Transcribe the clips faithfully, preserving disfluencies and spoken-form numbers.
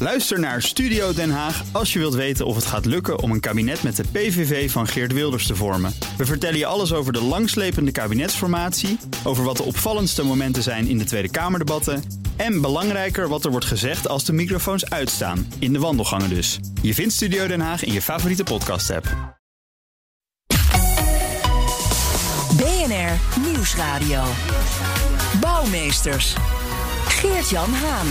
Luister naar Studio Den Haag als je wilt weten of het gaat lukken om een kabinet met de P V V van Geert Wilders te vormen. We vertellen je alles over de langslepende kabinetsformatie, over wat de opvallendste momenten zijn in de Tweede Kamerdebatten en belangrijker wat er wordt gezegd als de microfoons uitstaan, in de wandelgangen dus. Je vindt Studio Den Haag in je favoriete podcast-app. B N R Nieuwsradio. Bouwmeesters. Geert-Jan Haan.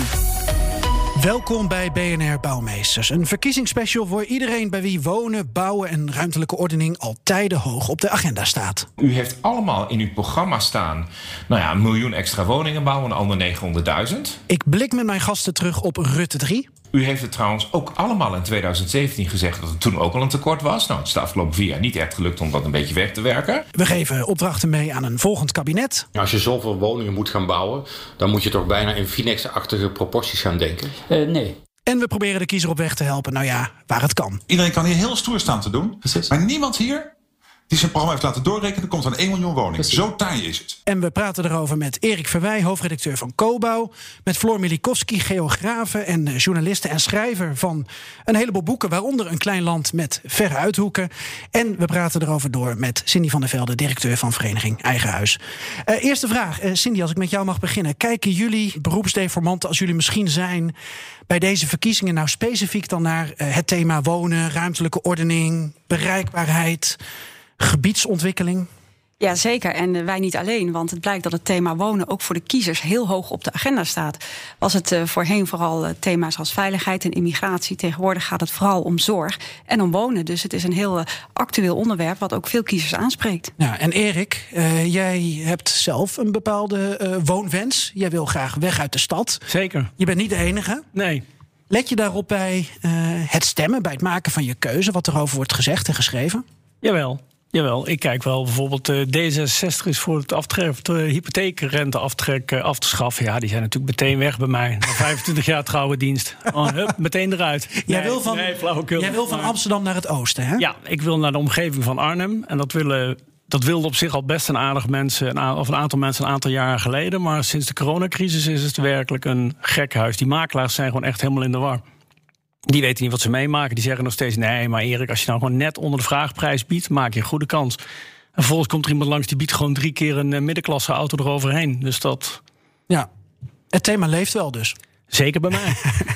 Welkom bij B N R Bouwmeesters. Een verkiezingsspecial voor iedereen bij wie wonen, bouwen en ruimtelijke ordening al tijden hoog op de agenda staat. U heeft allemaal in uw programma staan, nou ja, een miljoen extra woningen bouwen, een ander negenhonderdduizend. Ik blik met mijn gasten terug op Rutte drie. U heeft het trouwens ook allemaal in twintig zeventien gezegd dat het toen ook al een tekort was. Nou, het is de afgelopen vier jaar niet echt gelukt om dat een beetje weg te werken. We geven opdrachten mee aan een volgend kabinet. Als je zoveel woningen moet gaan bouwen, dan moet je toch bijna in Phoenix-achtige proporties gaan denken? Uh, nee. En we proberen de kiezer op weg te helpen, nou ja, waar het kan. Iedereen kan hier heel stoer staan te doen. Precies. Maar niemand hier die zijn programma heeft laten doorrekenen, komt aan één miljoen woningen. Precies. Zo taai is het. En we praten erover met Erik Verwij, hoofdredacteur van Cobouw, met Floor Milikowski, geografe en journaliste en schrijver van een heleboel boeken, waaronder Een klein land met verre uithoeken. En we praten erover door met Cindy van der Velde, directeur van vereniging Eigen Huis. Uh, eerste vraag, uh, Cindy, als ik met jou mag beginnen. Kijken jullie, beroepsdeformanten als jullie misschien zijn, bij deze verkiezingen nou specifiek dan naar uh, het thema wonen, ruimtelijke ordening, bereikbaarheid, gebiedsontwikkeling? Ja, zeker. En wij niet alleen, want het blijkt dat het thema wonen ook voor de kiezers heel hoog op de agenda staat. Was het uh, voorheen vooral uh, thema's als veiligheid en immigratie. Tegenwoordig gaat het vooral om zorg en om wonen. Dus het is een heel uh, actueel onderwerp wat ook veel kiezers aanspreekt. Ja, en Erik, uh, jij hebt zelf een bepaalde uh, woonwens. Jij wil graag weg uit de stad. Zeker. Je bent niet de enige. Nee. Let je daarop bij uh, het stemmen, bij het maken van je keuze, wat erover wordt gezegd en geschreven? Jawel. Jawel, ik kijk wel. Bijvoorbeeld uh, D zesenzestig is voor het aftrek, de hypotheekrenteaftrek uh, af te schaffen. Ja, die zijn natuurlijk meteen weg bij mij. Na vijfentwintig jaar trouwe dienst. Oh, hup, meteen eruit. Jij nee, wil van, nee, flauwekul. jij wil van maar, Amsterdam naar het oosten, hè? Ja, ik wil naar de omgeving van Arnhem. En dat willen... Dat wilde op zich al best een aardig mensen, of een aantal mensen een aantal jaren geleden. Maar sinds de coronacrisis is het werkelijk een gekhuis. Die makelaars zijn gewoon echt helemaal in de war. Die weten niet wat ze meemaken. Die zeggen nog steeds, nee, maar Erik, als je nou gewoon net onder de vraagprijs biedt, maak je een goede kans. En vervolgens komt er iemand langs die biedt gewoon drie keer een middenklasse auto eroverheen. Dus dat... Ja, het thema leeft wel dus. Zeker bij mij.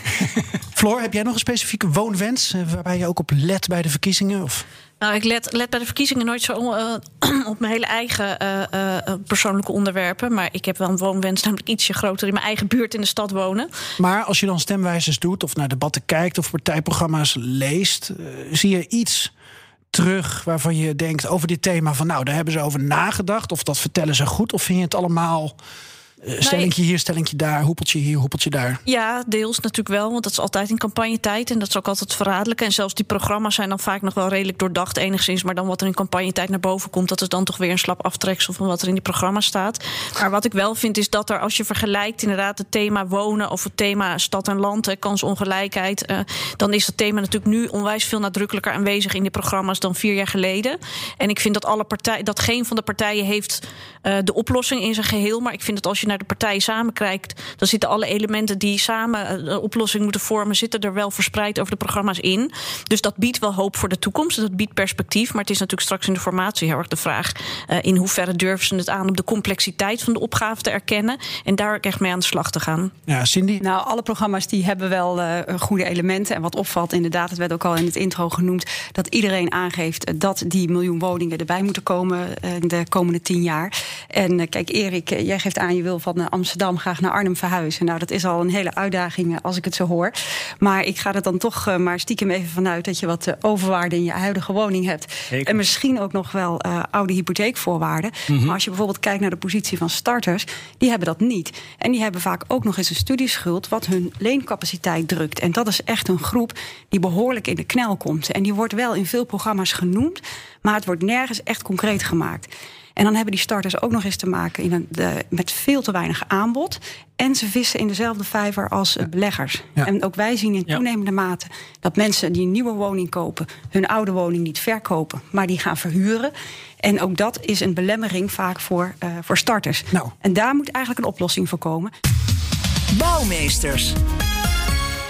Floor, heb jij nog een specifieke woonwens waarbij je ook op let bij de verkiezingen? Of? Nou, ik let, let bij de verkiezingen nooit zo uh, op mijn hele eigen uh, uh, persoonlijke onderwerpen. Maar ik heb wel een woonwens, namelijk ietsje groter in mijn eigen buurt in de stad wonen. Maar als je dan stemwijzers doet of naar debatten kijkt of partijprogramma's leest, uh, zie je iets terug waarvan je denkt over dit thema van nou, daar hebben ze over nagedacht of dat vertellen ze goed, of vind je het allemaal Uh, stellingje hier, stellingje daar, hoepeltje hier, hoepeltje daar? Ja, deels natuurlijk wel, want dat is altijd in campagnetijd en dat is ook altijd verraderlijk. En zelfs die programma's zijn dan vaak nog wel redelijk doordacht enigszins, maar dan wat er in campagnetijd naar boven komt, dat is dan toch weer een slap aftreksel van wat er in die programma's staat. Maar wat ik wel vind is dat er, als je vergelijkt inderdaad het thema wonen of het thema stad en land, hè, kansongelijkheid, uh, dan is dat thema natuurlijk nu onwijs veel nadrukkelijker aanwezig in die programma's dan vier jaar geleden. En ik vind dat alle partijen, dat geen van de partijen heeft uh, de oplossing in zijn geheel, maar ik vind dat als je naar de partijen samen kijkt, dan zitten alle elementen die samen de oplossing moeten vormen, zitten er wel verspreid over de programma's in. Dus dat biedt wel hoop voor de toekomst. Dat biedt perspectief. Maar het is natuurlijk straks in de formatie heel erg de vraag uh, in hoeverre durven ze het aan om de complexiteit van de opgave te erkennen en daar ook echt mee aan de slag te gaan. Ja, Cindy? Nou, alle programma's die hebben wel uh, goede elementen. En wat opvalt inderdaad, het werd ook al in het intro genoemd, dat iedereen aangeeft dat die miljoen woningen erbij moeten komen uh, de komende tien jaar. En uh, kijk, Erik, uh, jij geeft aan, je wil van uh, Amsterdam graag naar Arnhem verhuizen. Nou, dat is al een hele uitdaging uh, als ik het zo hoor. Maar ik ga er dan toch uh, maar stiekem even vanuit dat je wat uh, overwaarde in je huidige woning hebt. Zeker. En misschien ook nog wel uh, oude hypotheekvoorwaarden. Mm-hmm. Maar als je bijvoorbeeld kijkt naar de positie van starters, die hebben dat niet. En die hebben vaak ook nog eens een studieschuld wat hun leencapaciteit drukt. En dat is echt een groep die behoorlijk in de knel komt. En die wordt wel in veel programma's genoemd, maar het wordt nergens echt concreet gemaakt. En dan hebben die starters ook nog eens te maken in een, de, met veel te weinig aanbod. En ze vissen in dezelfde vijver als ja. beleggers. Ja. En ook wij zien in toenemende ja. mate dat mensen die een nieuwe woning kopen, hun oude woning niet verkopen, maar die gaan verhuren. En ook dat is een belemmering vaak voor, uh, voor starters. Nou. En daar moet eigenlijk een oplossing voor komen. Bouwmeesters.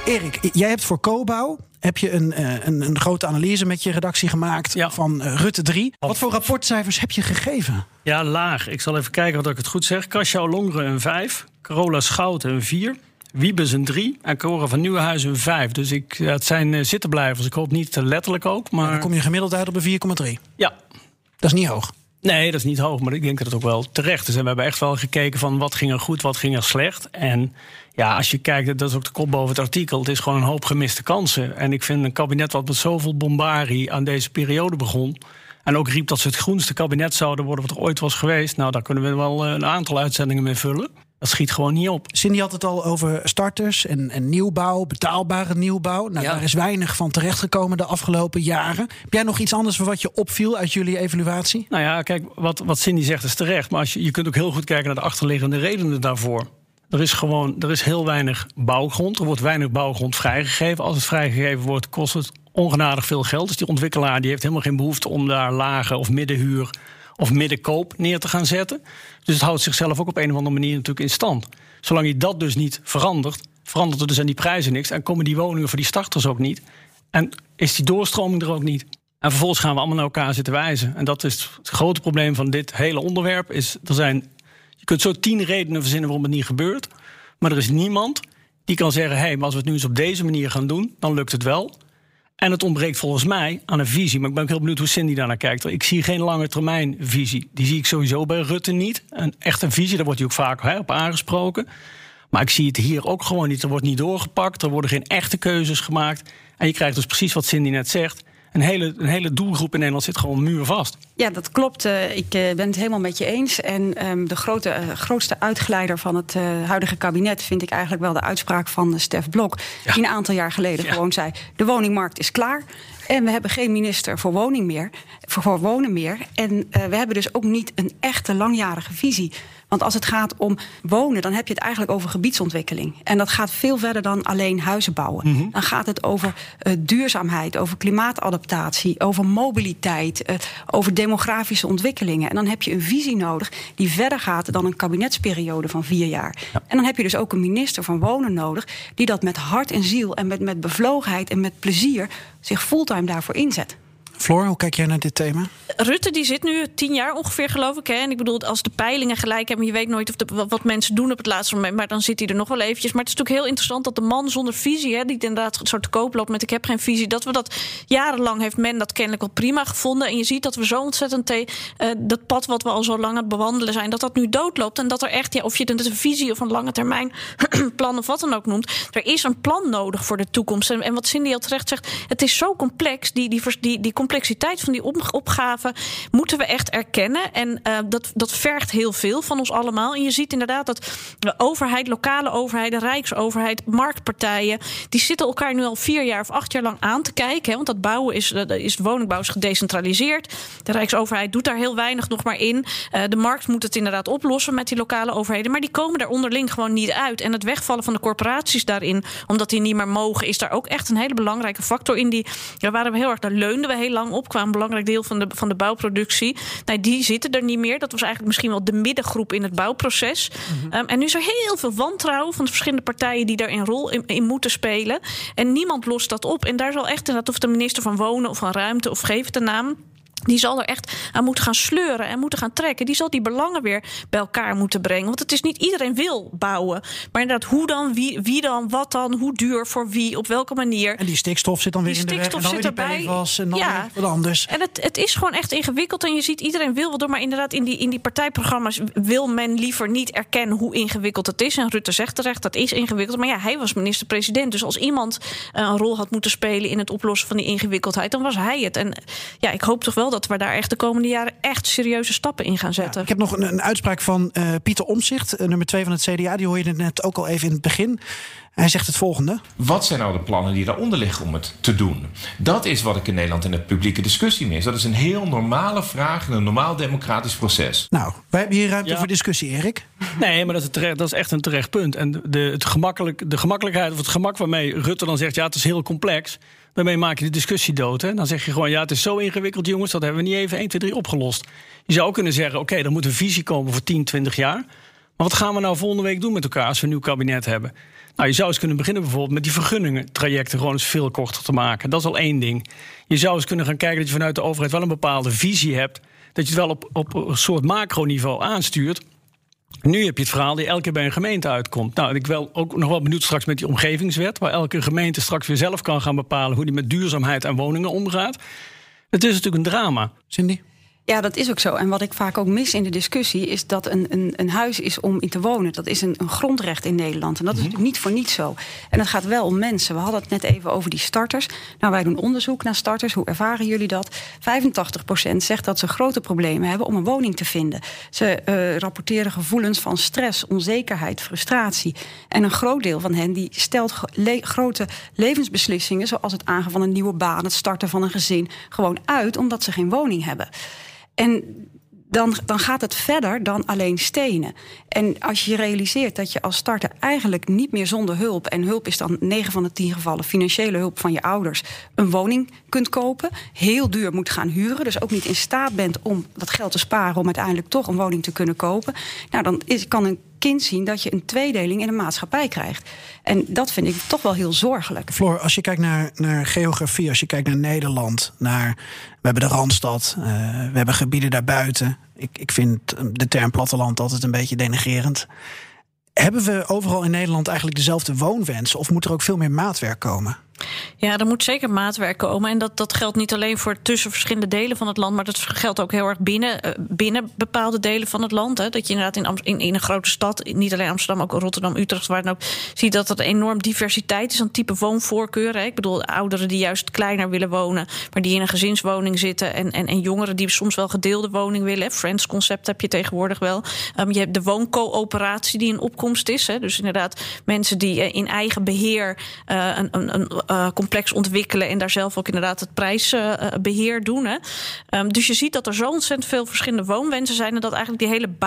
Erik, jij hebt voor Cobouw heb je een, uh, een, een grote analyse met je redactie gemaakt ja. van uh, Rutte drie. Wat voor rapportcijfers heb je gegeven? Ja, laag. Ik zal even kijken wat ik het goed zeg. Kasia Longren een vijf, Carola Schouten een vier, Wiebes een drie en Cora van Nieuwenhuizen een vijf. Dus ik, ja, het zijn uh, zittenblijvers. Ik hoop niet uh, letterlijk ook. Maar... Ja, dan kom je gemiddeld uit op een vier komma drie. Ja. Dat is niet hoog. Nee, dat is niet hoog, maar ik denk dat het ook wel terecht is. En we hebben echt wel gekeken van wat ging er goed, wat ging er slecht. En ja, als je kijkt, dat is ook de kop boven het artikel, het is gewoon een hoop gemiste kansen. En ik vind een kabinet wat met zoveel bombarie aan deze periode begon, en ook riep dat ze het groenste kabinet zouden worden wat er ooit was geweest, nou, daar kunnen we wel een aantal uitzendingen mee vullen. Dat schiet gewoon niet op. Cindy had het al over starters en, en nieuwbouw, betaalbare nieuwbouw. Nou, ja. Daar is weinig van terechtgekomen de afgelopen jaren. Heb jij nog iets anders voor wat je opviel uit jullie evaluatie? Nou ja, kijk, wat, wat Cindy zegt is terecht. Maar als je, je kunt ook heel goed kijken naar de achterliggende redenen daarvoor. Er is gewoon er is heel weinig bouwgrond. Er wordt weinig bouwgrond vrijgegeven. Als het vrijgegeven wordt, kost het ongenadig veel geld. Dus die ontwikkelaar die heeft helemaal geen behoefte om daar lage of middenhuur of middenkoop neer te gaan zetten. Dus het houdt zichzelf ook op een of andere manier natuurlijk in stand. Zolang je dat dus niet verandert, verandert er dus aan die prijzen niks en komen die woningen voor die starters ook niet. En is die doorstroming er ook niet. En vervolgens gaan we allemaal naar elkaar zitten wijzen. En dat is het grote probleem van dit hele onderwerp. Is, er zijn, je kunt zo tien redenen verzinnen waarom het niet gebeurt. Maar er is niemand die kan zeggen, hé, hey, maar als we het nu eens op deze manier gaan doen, dan lukt het wel. En het ontbreekt volgens mij aan een visie. Maar ik ben ook heel benieuwd hoe Cindy daarnaar kijkt. Ik zie geen lange termijn visie. Die zie ik sowieso bij Rutte niet. Een echte visie, daar wordt hij ook vaak hè, op aangesproken. Maar ik zie het hier ook gewoon niet. Er wordt niet doorgepakt, er worden geen echte keuzes gemaakt. En je krijgt dus precies wat Cindy net zegt. Een hele, een hele doelgroep in Nederland zit gewoon muurvast. Ja, dat klopt. Uh, ik uh, ben het helemaal met je eens. En um, de grote, uh, grootste uitgeleider van het uh, huidige kabinet vind ik eigenlijk wel de uitspraak van uh, Stef Blok. Ja. Die een aantal jaar geleden ja. gewoon zei, de woningmarkt is klaar. En we hebben geen minister voor woning meer, voor, voor wonen meer. En uh, we hebben dus ook niet een echte langjarige visie. Want als het gaat om wonen, dan heb je het eigenlijk over gebiedsontwikkeling. En dat gaat veel verder dan alleen huizen bouwen. Mm-hmm. Dan gaat het over uh, duurzaamheid, over klimaatadaptatie, over mobiliteit, uh, over demografische ontwikkelingen. En dan heb je een visie nodig die verder gaat dan een kabinetsperiode van vier jaar. Ja. En dan heb je dus ook een minister van Wonen nodig die dat met hart en ziel en met, met bevlogenheid en met plezier zich fulltime daarvoor inzet. Floor, hoe kijk jij naar dit thema? Rutte die zit nu tien jaar ongeveer, geloof ik. Hè? En ik bedoel, als de peilingen gelijk hebben, je weet nooit of de, wat mensen doen op het laatste moment, maar dan zit hij er nog wel eventjes. Maar het is natuurlijk heel interessant dat de man zonder visie, hè, die inderdaad zo te koop loopt met ik heb geen visie, dat we dat jarenlang heeft men dat kennelijk wel prima gevonden. En je ziet dat we zo ontzettend te, uh, dat pad wat we al zo lang aan het bewandelen zijn, dat dat nu doodloopt. En dat er echt, ja, of je het een visie of een lange termijn plan of wat dan ook noemt, er is een plan nodig voor de toekomst. En, en wat Cindy al terecht zegt, het is zo complex, die, die, die, die complexiteit van die opgave moeten we echt erkennen. En uh, dat, dat vergt heel veel van ons allemaal. En je ziet inderdaad dat de overheid, lokale overheden, rijksoverheid, marktpartijen, die zitten elkaar nu al vier jaar of acht jaar lang aan te kijken. Hè, want dat bouwen is, uh, is de woningbouw is gedecentraliseerd. De rijksoverheid doet daar heel weinig nog maar in. Uh, de markt moet het inderdaad oplossen met die lokale overheden. Maar die komen daar onderling gewoon niet uit. En het wegvallen van de corporaties daarin, omdat die niet meer mogen, is daar ook echt een hele belangrijke factor in. Die, daar waren we heel erg, daar leunden we heel lang op. Qua een belangrijk deel van de, van de bouwproductie. Nou, die zitten er niet meer. Dat was eigenlijk misschien wel de middengroep in het bouwproces. Mm-hmm. Um, en nu is er heel veel wantrouwen van de verschillende partijen die daar een rol in, in moeten spelen. En niemand lost dat op. En daar zal echt, inderdaad, of de minister van Wonen of van Ruimte, of geef het een naam, die zal er echt aan moeten gaan sleuren en moeten gaan trekken. Die zal die belangen weer bij elkaar moeten brengen. Want het is niet iedereen wil bouwen. Maar inderdaad, hoe dan, wie, wie dan, wat dan, hoe duur, voor wie, op welke manier. En die stikstof zit dan weer die in de weg. En dan weer die P F A S en dan ja. weer wat anders. En het, het is gewoon echt ingewikkeld. En je ziet, iedereen wil wel door. Maar inderdaad, in die, in die partijprogramma's wil men liever niet erkennen hoe ingewikkeld het is. En Rutte zegt terecht, dat is ingewikkeld. Maar ja, hij was minister-president. Dus als iemand een rol had moeten spelen in het oplossen van die ingewikkeldheid, dan was hij het. En ja, ik hoop toch wel dat we daar echt de komende jaren echt serieuze stappen in gaan zetten. Ja, ik heb nog een, een uitspraak van uh, Pieter Omtzigt, uh, nummer twee van het C D A. Die hoor je net ook al even in het begin. Hij zegt het volgende. Wat zijn nou de plannen die daaronder liggen om het te doen? Dat is wat ik in Nederland in de publieke discussie mis. Dat is een heel normale vraag in een normaal democratisch proces. Nou, wij hebben hier ruimte ja. voor discussie, Erik. Nee, maar dat is, terecht, dat is echt een terecht punt. En de, het gemakkelijk, de gemakkelijkheid of het gemak waarmee Rutte dan zegt, ja, het is heel complex, daarmee maak je de discussie dood. Hè? Dan zeg je gewoon, ja, het is zo ingewikkeld, jongens, dat hebben we niet even één, twee, drie opgelost. Je zou ook kunnen zeggen, oké, okay, er moet een visie komen voor tien, twintig jaar. Maar wat gaan we nou volgende week doen met elkaar als we een nieuw kabinet hebben? Nou, je zou eens kunnen beginnen bijvoorbeeld met die vergunningentrajecten gewoon eens veel korter te maken. Dat is al één ding. Je zou eens kunnen gaan kijken dat je vanuit de overheid wel een bepaalde visie hebt. Dat je het wel op, op een soort macroniveau aanstuurt. Nu heb je het verhaal die elke keer bij een gemeente uitkomt. Nou, ik ben ook nog wel benieuwd straks met die omgevingswet, waar elke gemeente straks weer zelf kan gaan bepalen hoe die met duurzaamheid en woningen omgaat. Het is natuurlijk een drama. Cindy? Ja, dat is ook zo. En wat ik vaak ook mis in de discussie is dat een, een, een huis is om in te wonen. Dat is een, een grondrecht in Nederland. En dat is mm-hmm. natuurlijk niet voor niets zo. En het gaat wel om mensen. We hadden het net even over die starters. Nou, wij doen onderzoek naar starters. Hoe ervaren jullie dat? vijfentachtig procent zegt dat ze grote problemen hebben om een woning te vinden. Ze uh, rapporteren gevoelens van stress, onzekerheid, frustratie. En een groot deel van hen die stelt le- grote levensbeslissingen, zoals het aangaan van een nieuwe baan, het starten van een gezin, gewoon uit omdat ze geen woning hebben. En dan, dan gaat het verder dan alleen stenen. En als je realiseert dat je als starter eigenlijk niet meer zonder hulp, en hulp is dan negen van de tien gevallen financiële hulp van je ouders, een woning kunt kopen, heel duur moet gaan huren, dus ook niet in staat bent om dat geld te sparen om uiteindelijk toch een woning te kunnen kopen, nou, dan is, kan een kind zien dat je een tweedeling in de maatschappij krijgt. En dat vind ik toch wel heel zorgelijk. Floor, als je kijkt naar, naar geografie, als je kijkt naar Nederland, naar, we hebben de Randstad, uh, we hebben gebieden daarbuiten. Ik, ik vind de term platteland altijd een beetje denigrerend. Hebben we overal in Nederland eigenlijk dezelfde woonwensen, of moet er ook veel meer maatwerk komen? Ja, er moet zeker maatwerk komen. En dat, dat geldt niet alleen voor tussen verschillende delen van het land, maar dat geldt ook heel erg binnen, uh, binnen bepaalde delen van het land. Hè. Dat je inderdaad in, in, in een grote stad, niet alleen Amsterdam, ook Rotterdam, Utrecht, waar dan ook, ziet dat er enorm diversiteit is aan type woonvoorkeuren. Hè. Ik bedoel, ouderen die juist kleiner willen wonen, maar die in een gezinswoning zitten. En, en, en jongeren die soms wel gedeelde woning willen. Friends concept heb je tegenwoordig wel. Um, je hebt de wooncoöperatie die in opkomst is. Hè. Dus inderdaad mensen die uh, in eigen beheer uh, een, een, een Uh, complex ontwikkelen en daar zelf ook inderdaad het prijsbeheer uh, doen. Hè. Um, dus je ziet dat er zo ontzettend veel verschillende woonwensen zijn en dat eigenlijk die hele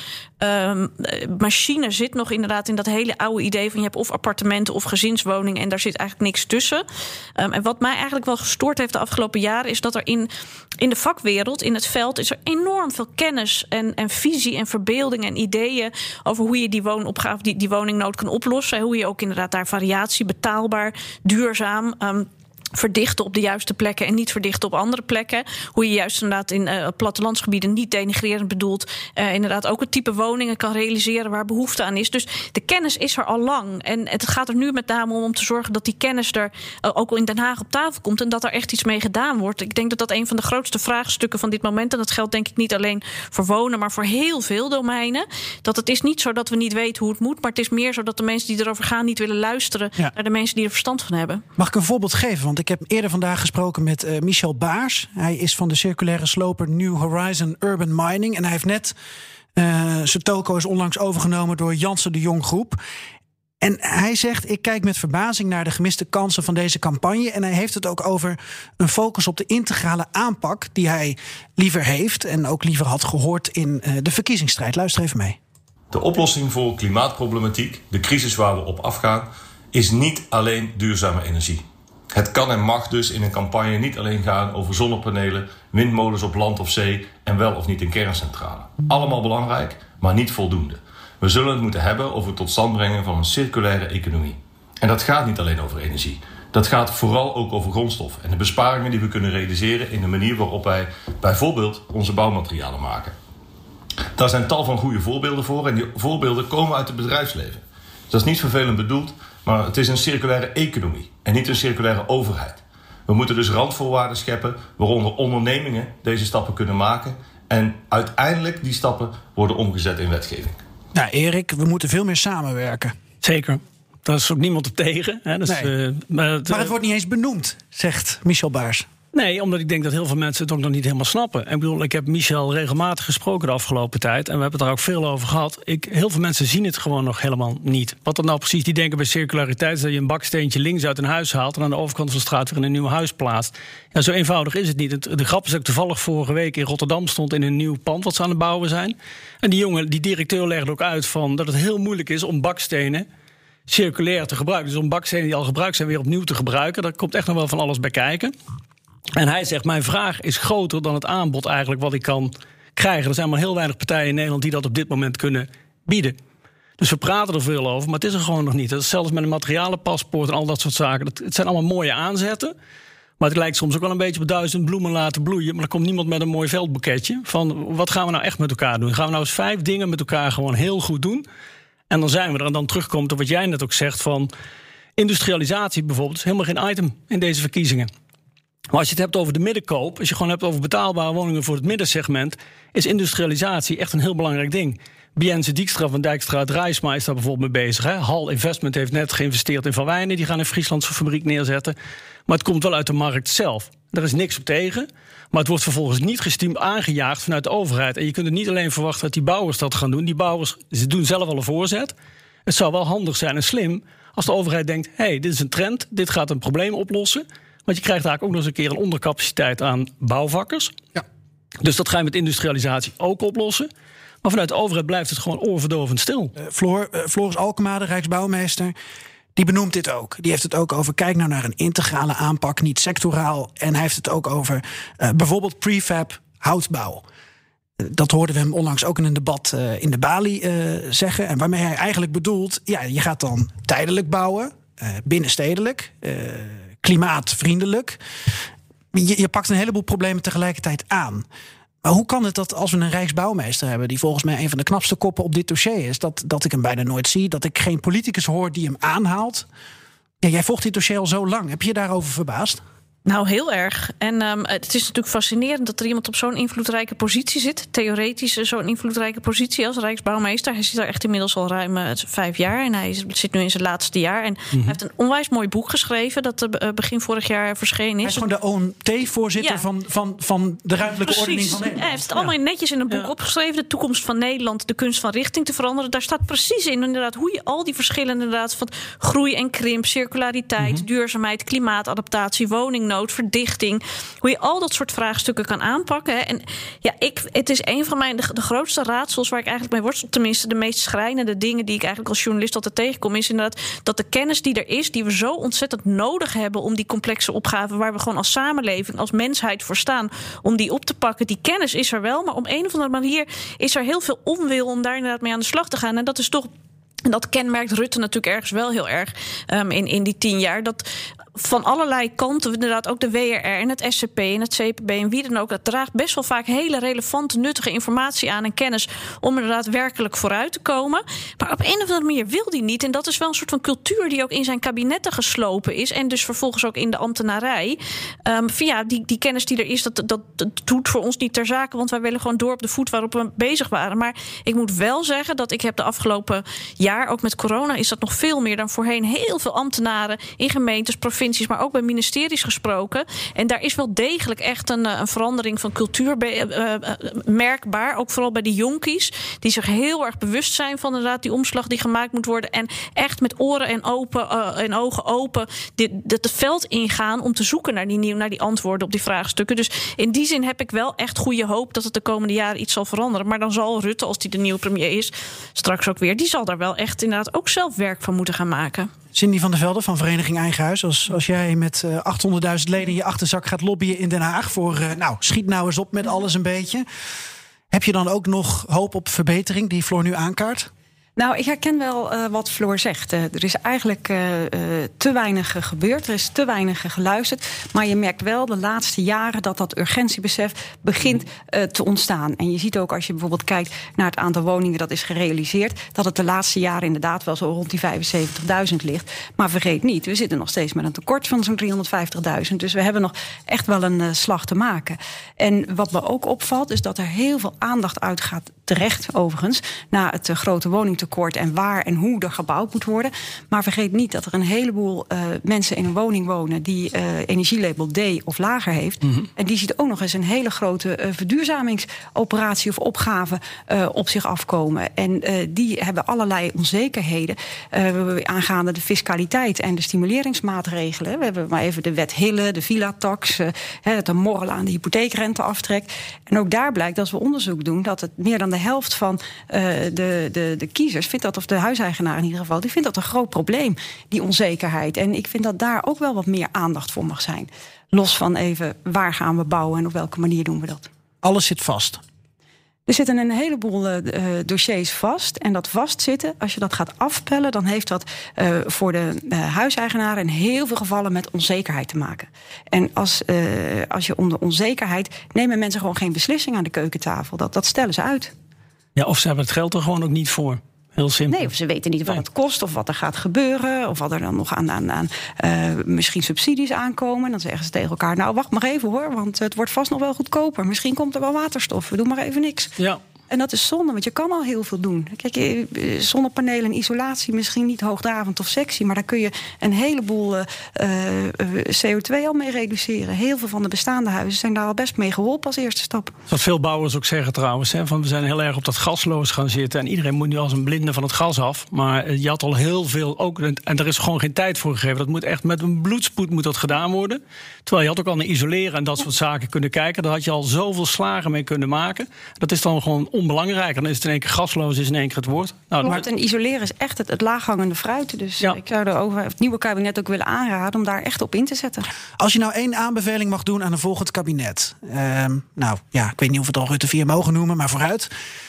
bouwmachine um, zit nog inderdaad in dat hele oude idee van je hebt of appartementen of gezinswoningen en daar zit eigenlijk niks tussen. Um, en wat mij eigenlijk wel gestoord heeft de afgelopen jaren is dat er in, in de vakwereld, in het veld, is er enorm veel kennis en, en visie en verbeelding en ideeën over hoe je die woonopgave, die, die woningnood kan oplossen. Hoe je ook inderdaad daar variatie, betaalbaar, duurzaam, um, verdichten op de juiste plekken en niet verdichten op andere plekken. Hoe je juist inderdaad in uh, plattelandsgebieden niet denigrerend bedoeld uh, inderdaad ook het type woningen kan realiseren waar behoefte aan is. Dus de kennis is er al lang. En het gaat er nu met name om om te zorgen dat die kennis er uh, ook in Den Haag op tafel komt en dat er echt iets mee gedaan wordt. Ik denk dat dat een van de grootste vraagstukken van dit moment, en dat geldt denk ik niet alleen voor wonen, maar voor heel veel domeinen. Dat het is niet zo dat we niet weten hoe het moet, maar het is meer zo dat de mensen die erover gaan niet willen luisteren ja. naar de mensen die er verstand van hebben. Mag ik een voorbeeld geven? Want ik heb eerder vandaag gesproken met uh, Michel Baars. Hij is van de circulaire sloper New Horizon Urban Mining. En hij heeft net, uh, zijn toko is onlangs overgenomen door Janssen de Jong Groep. En hij zegt, ik kijk met verbazing naar de gemiste kansen van deze campagne. En hij heeft het ook over een focus op de integrale aanpak die hij liever heeft en ook liever had gehoord in uh, de verkiezingsstrijd. Luister even mee. De oplossing voor klimaatproblematiek, de crisis waar we op afgaan, is niet alleen duurzame energie. Het kan en mag dus in een campagne niet alleen gaan over zonnepanelen, windmolens op land of zee en wel of niet een kerncentrale. Allemaal belangrijk, maar niet voldoende. We zullen het moeten hebben over het tot stand brengen van een circulaire economie. En dat gaat niet alleen over energie. Dat gaat vooral ook over grondstoffen en de besparingen die we kunnen realiseren in de manier waarop wij bijvoorbeeld onze bouwmaterialen maken. Daar zijn tal van goede voorbeelden voor en die voorbeelden komen uit het bedrijfsleven. Dus dat is niet vervelend bedoeld, maar het is een circulaire economie en niet een circulaire overheid. We moeten dus randvoorwaarden scheppen waaronder ondernemingen deze stappen kunnen maken en uiteindelijk die stappen worden omgezet in wetgeving. Nou, Erik, we moeten veel meer samenwerken. Zeker. Daar is ook niemand op tegen. Hè. Dus, nee. uh, maar, het, maar het wordt niet eens benoemd, zegt Michel Baars. Nee, omdat ik denk dat heel veel mensen het ook nog niet helemaal snappen. Ik bedoel, ik heb Michel regelmatig gesproken de afgelopen tijd en we hebben het daar ook veel over gehad. Ik, heel veel mensen zien het gewoon nog helemaal niet. Wat er nou precies, die denken bij circulariteit is dat je een baksteentje links uit een huis haalt en aan de overkant van de straat weer in een nieuw huis plaatst. Ja, zo eenvoudig is het niet. Het, de grap is dat ik toevallig vorige week in Rotterdam stond in een nieuw pand wat ze aan het bouwen zijn. En die jongen, die directeur legde ook uit van dat het heel moeilijk is om bakstenen circulair te gebruiken. Dus om bakstenen die al gebruikt zijn weer opnieuw te gebruiken. Daar komt echt nog wel van alles bij kijken. En hij zegt, mijn vraag is groter dan het aanbod eigenlijk wat ik kan krijgen. Er zijn maar heel weinig partijen in Nederland die dat op dit moment kunnen bieden. Dus we praten er veel over, maar het is er gewoon nog niet. Dat is zelfs met een materialenpaspoort en al dat soort zaken. Dat, het zijn allemaal mooie aanzetten. Maar het lijkt soms ook wel een beetje op duizend bloemen laten bloeien. Maar er komt niemand met een mooi veldboeketje. Van wat gaan we nou echt met elkaar doen? Gaan we nou eens vijf dingen met elkaar gewoon heel goed doen? En dan zijn we er. En dan terugkomt op wat jij net ook zegt van industrialisatie bijvoorbeeld. Is helemaal geen item in deze verkiezingen. Maar als je het hebt over de middenkoop, als je gewoon hebt over betaalbare woningen voor het middensegment, is industrialisatie echt een heel belangrijk ding. Biense Dijkstra van Dijkstra Drijsma is daar bijvoorbeeld mee bezig. Hè? Hal Investment heeft net geïnvesteerd in Van Wijnen. Die gaan in Friesland zo'n fabriek neerzetten. Maar het komt wel uit de markt zelf. Daar is niks op tegen. Maar het wordt vervolgens niet gestimuleerd aangejaagd vanuit de overheid. En je kunt het niet alleen verwachten dat die bouwers dat gaan doen. Die bouwers ze doen zelf al een voorzet. Het zou wel handig zijn en slim als de overheid denkt, hé, hey, dit is een trend. Dit gaat een probleem oplossen. Want je krijgt eigenlijk ook nog eens een keer een ondercapaciteit aan bouwvakkers. Ja. Dus dat ga je met industrialisatie ook oplossen. Maar vanuit de overheid blijft het gewoon oorverdovend stil. Uh, Floor, uh, Floris Alkema, de Rijksbouwmeester, die benoemt dit ook. Die heeft het ook over, kijk nou naar een integrale aanpak, niet sectoraal. En hij heeft het ook over uh, bijvoorbeeld prefab houtbouw. Uh, dat hoorden we hem onlangs ook in een debat uh, in de Bali uh, zeggen. En waarmee hij eigenlijk bedoelt, ja, je gaat dan tijdelijk bouwen, uh, binnenstedelijk, uh, klimaatvriendelijk. Je, je pakt een heleboel problemen tegelijkertijd aan. Maar hoe kan het dat als we een Rijksbouwmeester hebben, die volgens mij een van de knapste koppen op dit dossier is, dat, dat ik hem bijna nooit zie, dat ik geen politicus hoor die hem aanhaalt? Ja, jij volgt dit dossier al zo lang. Heb je je daarover verbaasd? Nou, heel erg. En um, het is natuurlijk fascinerend dat er iemand op zo'n invloedrijke positie zit. Theoretisch zo'n invloedrijke positie als Rijksbouwmeester. Hij zit daar echt inmiddels al ruim uh, vijf jaar. En hij zit nu in zijn laatste jaar. En mm-hmm. hij heeft een onwijs mooi boek geschreven dat uh, begin vorig jaar verschenen is. Hij is gewoon de O M T-voorzitter ja. van, van, van de ruimtelijke Precies. ordening van Nederland. Hij heeft het allemaal ja. netjes in een boek ja. opgeschreven. De toekomst van Nederland, de kunst van richting te veranderen. Daar staat precies in inderdaad hoe je al die verschillen inderdaad van groei en krimp, circulariteit, mm-hmm. duurzaamheid, klimaatadaptatie, woningnood, verdichting. Hoe je al dat soort vraagstukken kan aanpakken. Hè. En ja, ik, het is een van mijn de, de grootste raadsels waar ik eigenlijk mee worstel. Tenminste, de meest schrijnende dingen die ik eigenlijk als journalist altijd tegenkom, is inderdaad dat de kennis die er is, die we zo ontzettend nodig hebben om die complexe opgaven waar we gewoon als samenleving, als mensheid voor staan, om die op te pakken. Die kennis is er wel, maar op een of andere manier is er heel veel onwil om daar inderdaad mee aan de slag te gaan. En dat is toch. En dat kenmerkt Rutte natuurlijk ergens wel heel erg um, in, in die tien jaar. Dat van allerlei kanten, inderdaad ook de W R R en het S C P en het C P B en wie dan ook, dat draagt best wel vaak hele relevante, nuttige informatie aan en kennis om inderdaad werkelijk vooruit te komen. Maar op een of andere manier wil die niet. En dat is wel een soort van cultuur die ook in zijn kabinetten geslopen is. En dus vervolgens ook in de ambtenarij. Um, via die, die kennis die er is, dat, dat, dat doet voor ons niet ter zake, want wij willen gewoon door op de voet waarop we bezig waren. Maar ik moet wel zeggen dat ik heb de afgelopen jaar, ook met corona, is dat nog veel meer dan voorheen, heel veel ambtenaren in gemeentes, provincies, maar ook bij ministeries gesproken. En daar is wel degelijk echt een, een verandering van cultuur be- uh, uh, merkbaar. Ook vooral bij de jonkies, die zich heel erg bewust zijn van inderdaad die omslag die gemaakt moet worden. En echt met oren en, open, uh, en ogen open dit, dit het veld ingaan om te zoeken naar die, nieuw, naar die antwoorden op die vraagstukken. Dus in die zin heb ik wel echt goede hoop dat het de komende jaren iets zal veranderen. Maar dan zal Rutte, als die de nieuwe premier is, straks ook weer, die zal daar wel echt inderdaad ook zelf werk van moeten gaan maken. Cindy van der Velde van Vereniging Eigen Huis. Als, als jij met uh, achthonderdduizend leden in je achterzak gaat lobbyen in Den Haag voor, uh, nou, schiet nou eens op met alles een beetje. Heb je dan ook nog hoop op verbetering die Floor nu aankaart? Nou, ik herken wel uh, wat Floor zegt. Uh, er is eigenlijk uh, uh, te weinig gebeurd. Er is te weinig geluisterd. Maar je merkt wel de laatste jaren dat dat urgentiebesef begint uh, te ontstaan. En je ziet ook als je bijvoorbeeld kijkt naar het aantal woningen dat is gerealiseerd, dat het de laatste jaren inderdaad wel zo rond die vijfenzeventigduizend ligt. Maar vergeet niet, we zitten nog steeds met een tekort van zo'n driehonderdvijftigduizend. Dus we hebben nog echt wel een uh, slag te maken. En wat me ook opvalt is dat er heel veel aandacht uitgaat, terecht overigens, naar het uh, grote woningtekort en waar en hoe er gebouwd moet worden. Maar vergeet niet dat er een heleboel uh, mensen in een woning wonen die uh, energielabel D of lager heeft. Mm-hmm. En die ziet ook nog eens een hele grote uh, verduurzamingsoperatie of opgave uh, op zich afkomen. En uh, die hebben allerlei onzekerheden uh, aangaande de fiscaliteit en de stimuleringsmaatregelen. We hebben maar even de wet Hille, de villa-tax, uh, het morrelen aan de hypotheekrenteaftrek. En ook daar blijkt, als we onderzoek doen, dat het meer dan de helft van uh, de, de, de kiezers vindt dat, of de huiseigenaar in ieder geval, die vindt dat een groot probleem, die onzekerheid. En ik vind dat daar ook wel wat meer aandacht voor mag zijn. Los van even, waar gaan we bouwen en op welke manier doen we dat? Alles zit vast. Er zitten een heleboel uh, dossiers vast. En dat vastzitten, als je dat gaat afpellen, dan heeft dat uh, voor de uh, huiseigenaren in heel veel gevallen met onzekerheid te maken. En als, uh, als je om de onzekerheid nemen mensen gewoon geen beslissing aan de keukentafel. Dat, dat stellen ze uit. Ja, of ze hebben het geld er gewoon ook niet voor. Heel simpel. Nee, of ze weten niet wat het kost of wat er gaat gebeuren. Of wat er dan nog aan, aan, aan uh, misschien subsidies aankomen. Dan zeggen ze tegen elkaar, nou wacht maar even hoor, want het wordt vast nog wel goedkoper. Misschien komt er wel waterstof, we doen maar even niks. Ja. En dat is zonde, want je kan al heel veel doen. Kijk, zonnepanelen en isolatie, misschien niet hoogdravend of sexy, maar daar kun je een heleboel uh, uh, C O twee al mee reduceren. Heel veel van de bestaande huizen zijn daar al best mee geholpen als eerste stap. Wat veel bouwers ook zeggen trouwens, hè, van we zijn heel erg op dat gasloos gaan zitten en iedereen moet nu als een blinde van het gas af. Maar je had al heel veel, ook, en er is gewoon geen tijd voor gegeven. Dat moet echt met een bloedspoed moet dat gedaan worden. Terwijl je had ook al naar isoleren en dat soort zaken kunnen kijken. Daar had je al zoveel slagen mee kunnen maken. Dat is dan gewoon onbelangrijk. Dan is het in één keer gasloos, is in één keer het woord. Nou, maar en isoleren is echt het, het laaghangende fruit. Dus ja. ik zou er over het nieuwe kabinet ook willen aanraden om daar echt op in te zetten. Als je nou één aanbeveling mag doen aan een volgend kabinet. Uh, nou ja, ik weet niet of we het al Rutte vier mogen noemen, maar vooruit.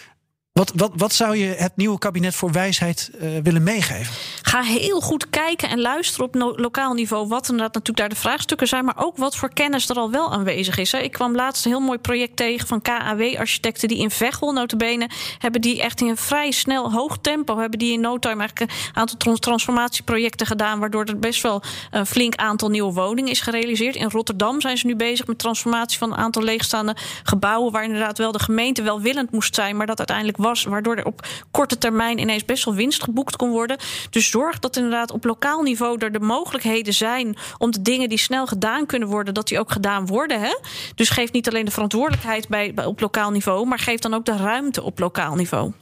Wat, wat, wat zou je het nieuwe kabinet voor wijsheid uh, willen meegeven? Ga heel goed kijken en luisteren op no- lokaal niveau wat inderdaad natuurlijk daar de vraagstukken zijn, maar ook wat voor kennis er al wel aanwezig is. Hè. Ik kwam laatst een heel mooi project tegen van K A W-architecten die in Veghel notabene hebben die echt in een vrij snel hoog tempo hebben die in no time eigenlijk een aantal trans- transformatieprojecten gedaan, waardoor er best wel een flink aantal nieuwe woningen is gerealiseerd. In Rotterdam zijn ze nu bezig met transformatie van een aantal leegstaande gebouwen waar inderdaad wel de gemeente welwillend moest zijn, maar dat uiteindelijk was, waardoor er op korte termijn ineens best wel winst geboekt kon worden. Dus zorg dat inderdaad op lokaal niveau er de mogelijkheden zijn om de dingen die snel gedaan kunnen worden, dat die ook gedaan worden. Hè? Dus geef niet alleen de verantwoordelijkheid bij, bij, op lokaal niveau, maar geef dan ook de ruimte op lokaal niveau.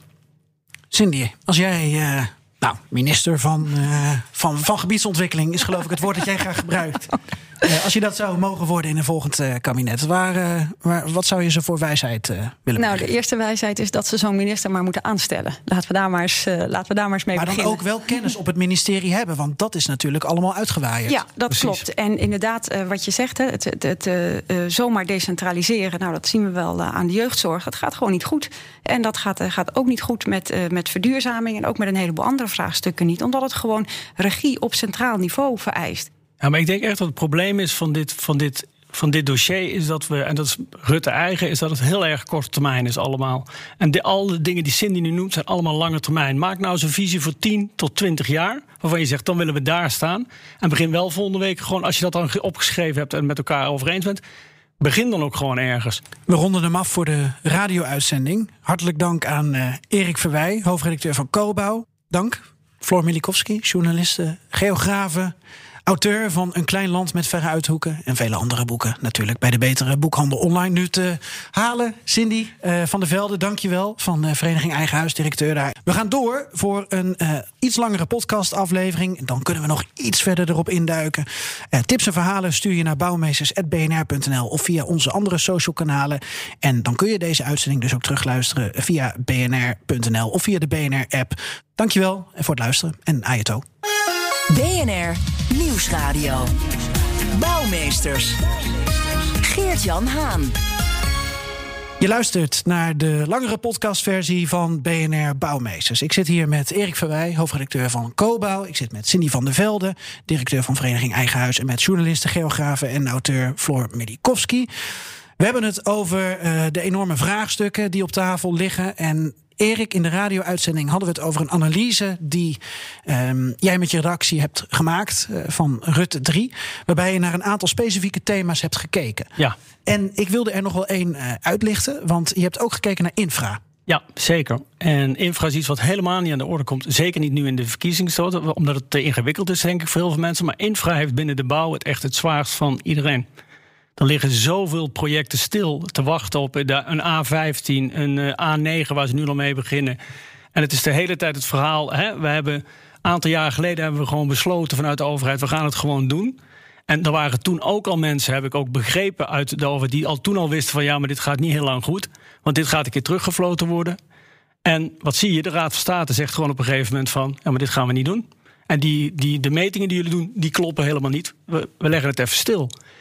Cindy, als jij, uh, nou, minister van, uh, van, van gebiedsontwikkeling is geloof ik het woord dat jij graag gebruikt. Uh, als je dat zou mogen worden in een volgend uh, kabinet, waar, uh, waar, wat zou je ze voor wijsheid uh, willen Nou, geven? de eerste wijsheid is dat ze zo'n minister maar moeten aanstellen. Laten we daar maar eens, uh, laten we daar maar eens mee maar beginnen. Maar dan ook wel kennis op het ministerie hebben, want dat is natuurlijk allemaal uitgewaaid. Ja, dat Precies. klopt. En inderdaad, uh, wat je zegt, hè, het, het, het uh, zomaar decentraliseren, nou, dat zien we wel uh, aan de jeugdzorg. Dat gaat gewoon niet goed. En dat gaat, uh, gaat ook niet goed met, uh, met verduurzaming en ook met een heleboel andere vraagstukken niet, omdat het gewoon regie op centraal niveau vereist. Ja, maar ik denk echt dat het probleem is van dit, van dit, van dit dossier is dat we, en dat is Rutte eigen, is dat het heel erg korte termijn is allemaal. En de, al de dingen die Cindy nu noemt zijn allemaal lange termijn. Maak nou eens een visie voor tien tot twintig jaar, waarvan je zegt, dan willen we daar staan. En begin wel volgende week gewoon, als je dat dan opgeschreven hebt en met elkaar over eens bent, begin dan ook gewoon ergens. We ronden hem af voor de radio-uitzending. Hartelijk dank aan uh, Erik Verwij, hoofdredacteur van Cobouw. Dank. Floor Milikowski, journaliste, geografe, auteur van Een klein land met verre uithoeken en vele andere boeken natuurlijk bij de betere boekhandel online nu te halen. Cindy uh, van der Velde, dankjewel, van uh, Vereniging Eigen Huis, directeur daar. We gaan door voor een uh, iets langere podcastaflevering. Dan kunnen we nog iets verder erop induiken. Uh, tips en verhalen stuur je naar bouwmeesters punt b n r punt n l of via onze andere social kanalen. En dan kun je deze uitzending dus ook terugluisteren via b n r punt n l of via de B N R-app. Dankjewel en voor het luisteren en ajeto. B N R Nieuwsradio. Bouwmeesters. Geert-Jan Haan. Je luistert naar de langere podcastversie van B N R Bouwmeesters. Ik zit hier met Erik Verwij, hoofdredacteur van Cobouw. Ik zit met Cindy van der Velde, directeur van Vereniging Eigen Huis. En met journaliste, geografe en auteur Floor Milikowski. We hebben het over uh, de enorme vraagstukken die op tafel liggen. En Erik, in de radio-uitzending hadden we het over een analyse die um, jij met je redactie hebt gemaakt uh, van Rutte drie. Waarbij je naar een aantal specifieke thema's hebt gekeken. Ja. En ik wilde er nog wel één uh, uitlichten, want je hebt ook gekeken naar infra. Ja, zeker. En infra is iets wat helemaal niet aan de orde komt. Zeker niet nu in de verkiezingsstoot, omdat het te ingewikkeld is, denk ik, voor heel veel mensen. Maar infra heeft binnen de bouw het echt het zwaarst van iedereen. Er liggen zoveel projecten stil te wachten op een A vijftien, een A negen waar ze nu al mee beginnen. En het is de hele tijd het verhaal. Hè? We hebben een aantal jaar geleden hebben we gewoon besloten vanuit de overheid, we gaan het gewoon doen. En er waren toen ook al mensen, heb ik ook begrepen uit de overheid, die al toen al wisten van ja, maar dit gaat niet heel lang goed. Want dit gaat een keer teruggefloten worden. En wat zie je? De Raad van State zegt gewoon op een gegeven moment van ja, maar dit gaan we niet doen. En die, die, de metingen die jullie doen, die kloppen helemaal niet. We, we leggen het even stil.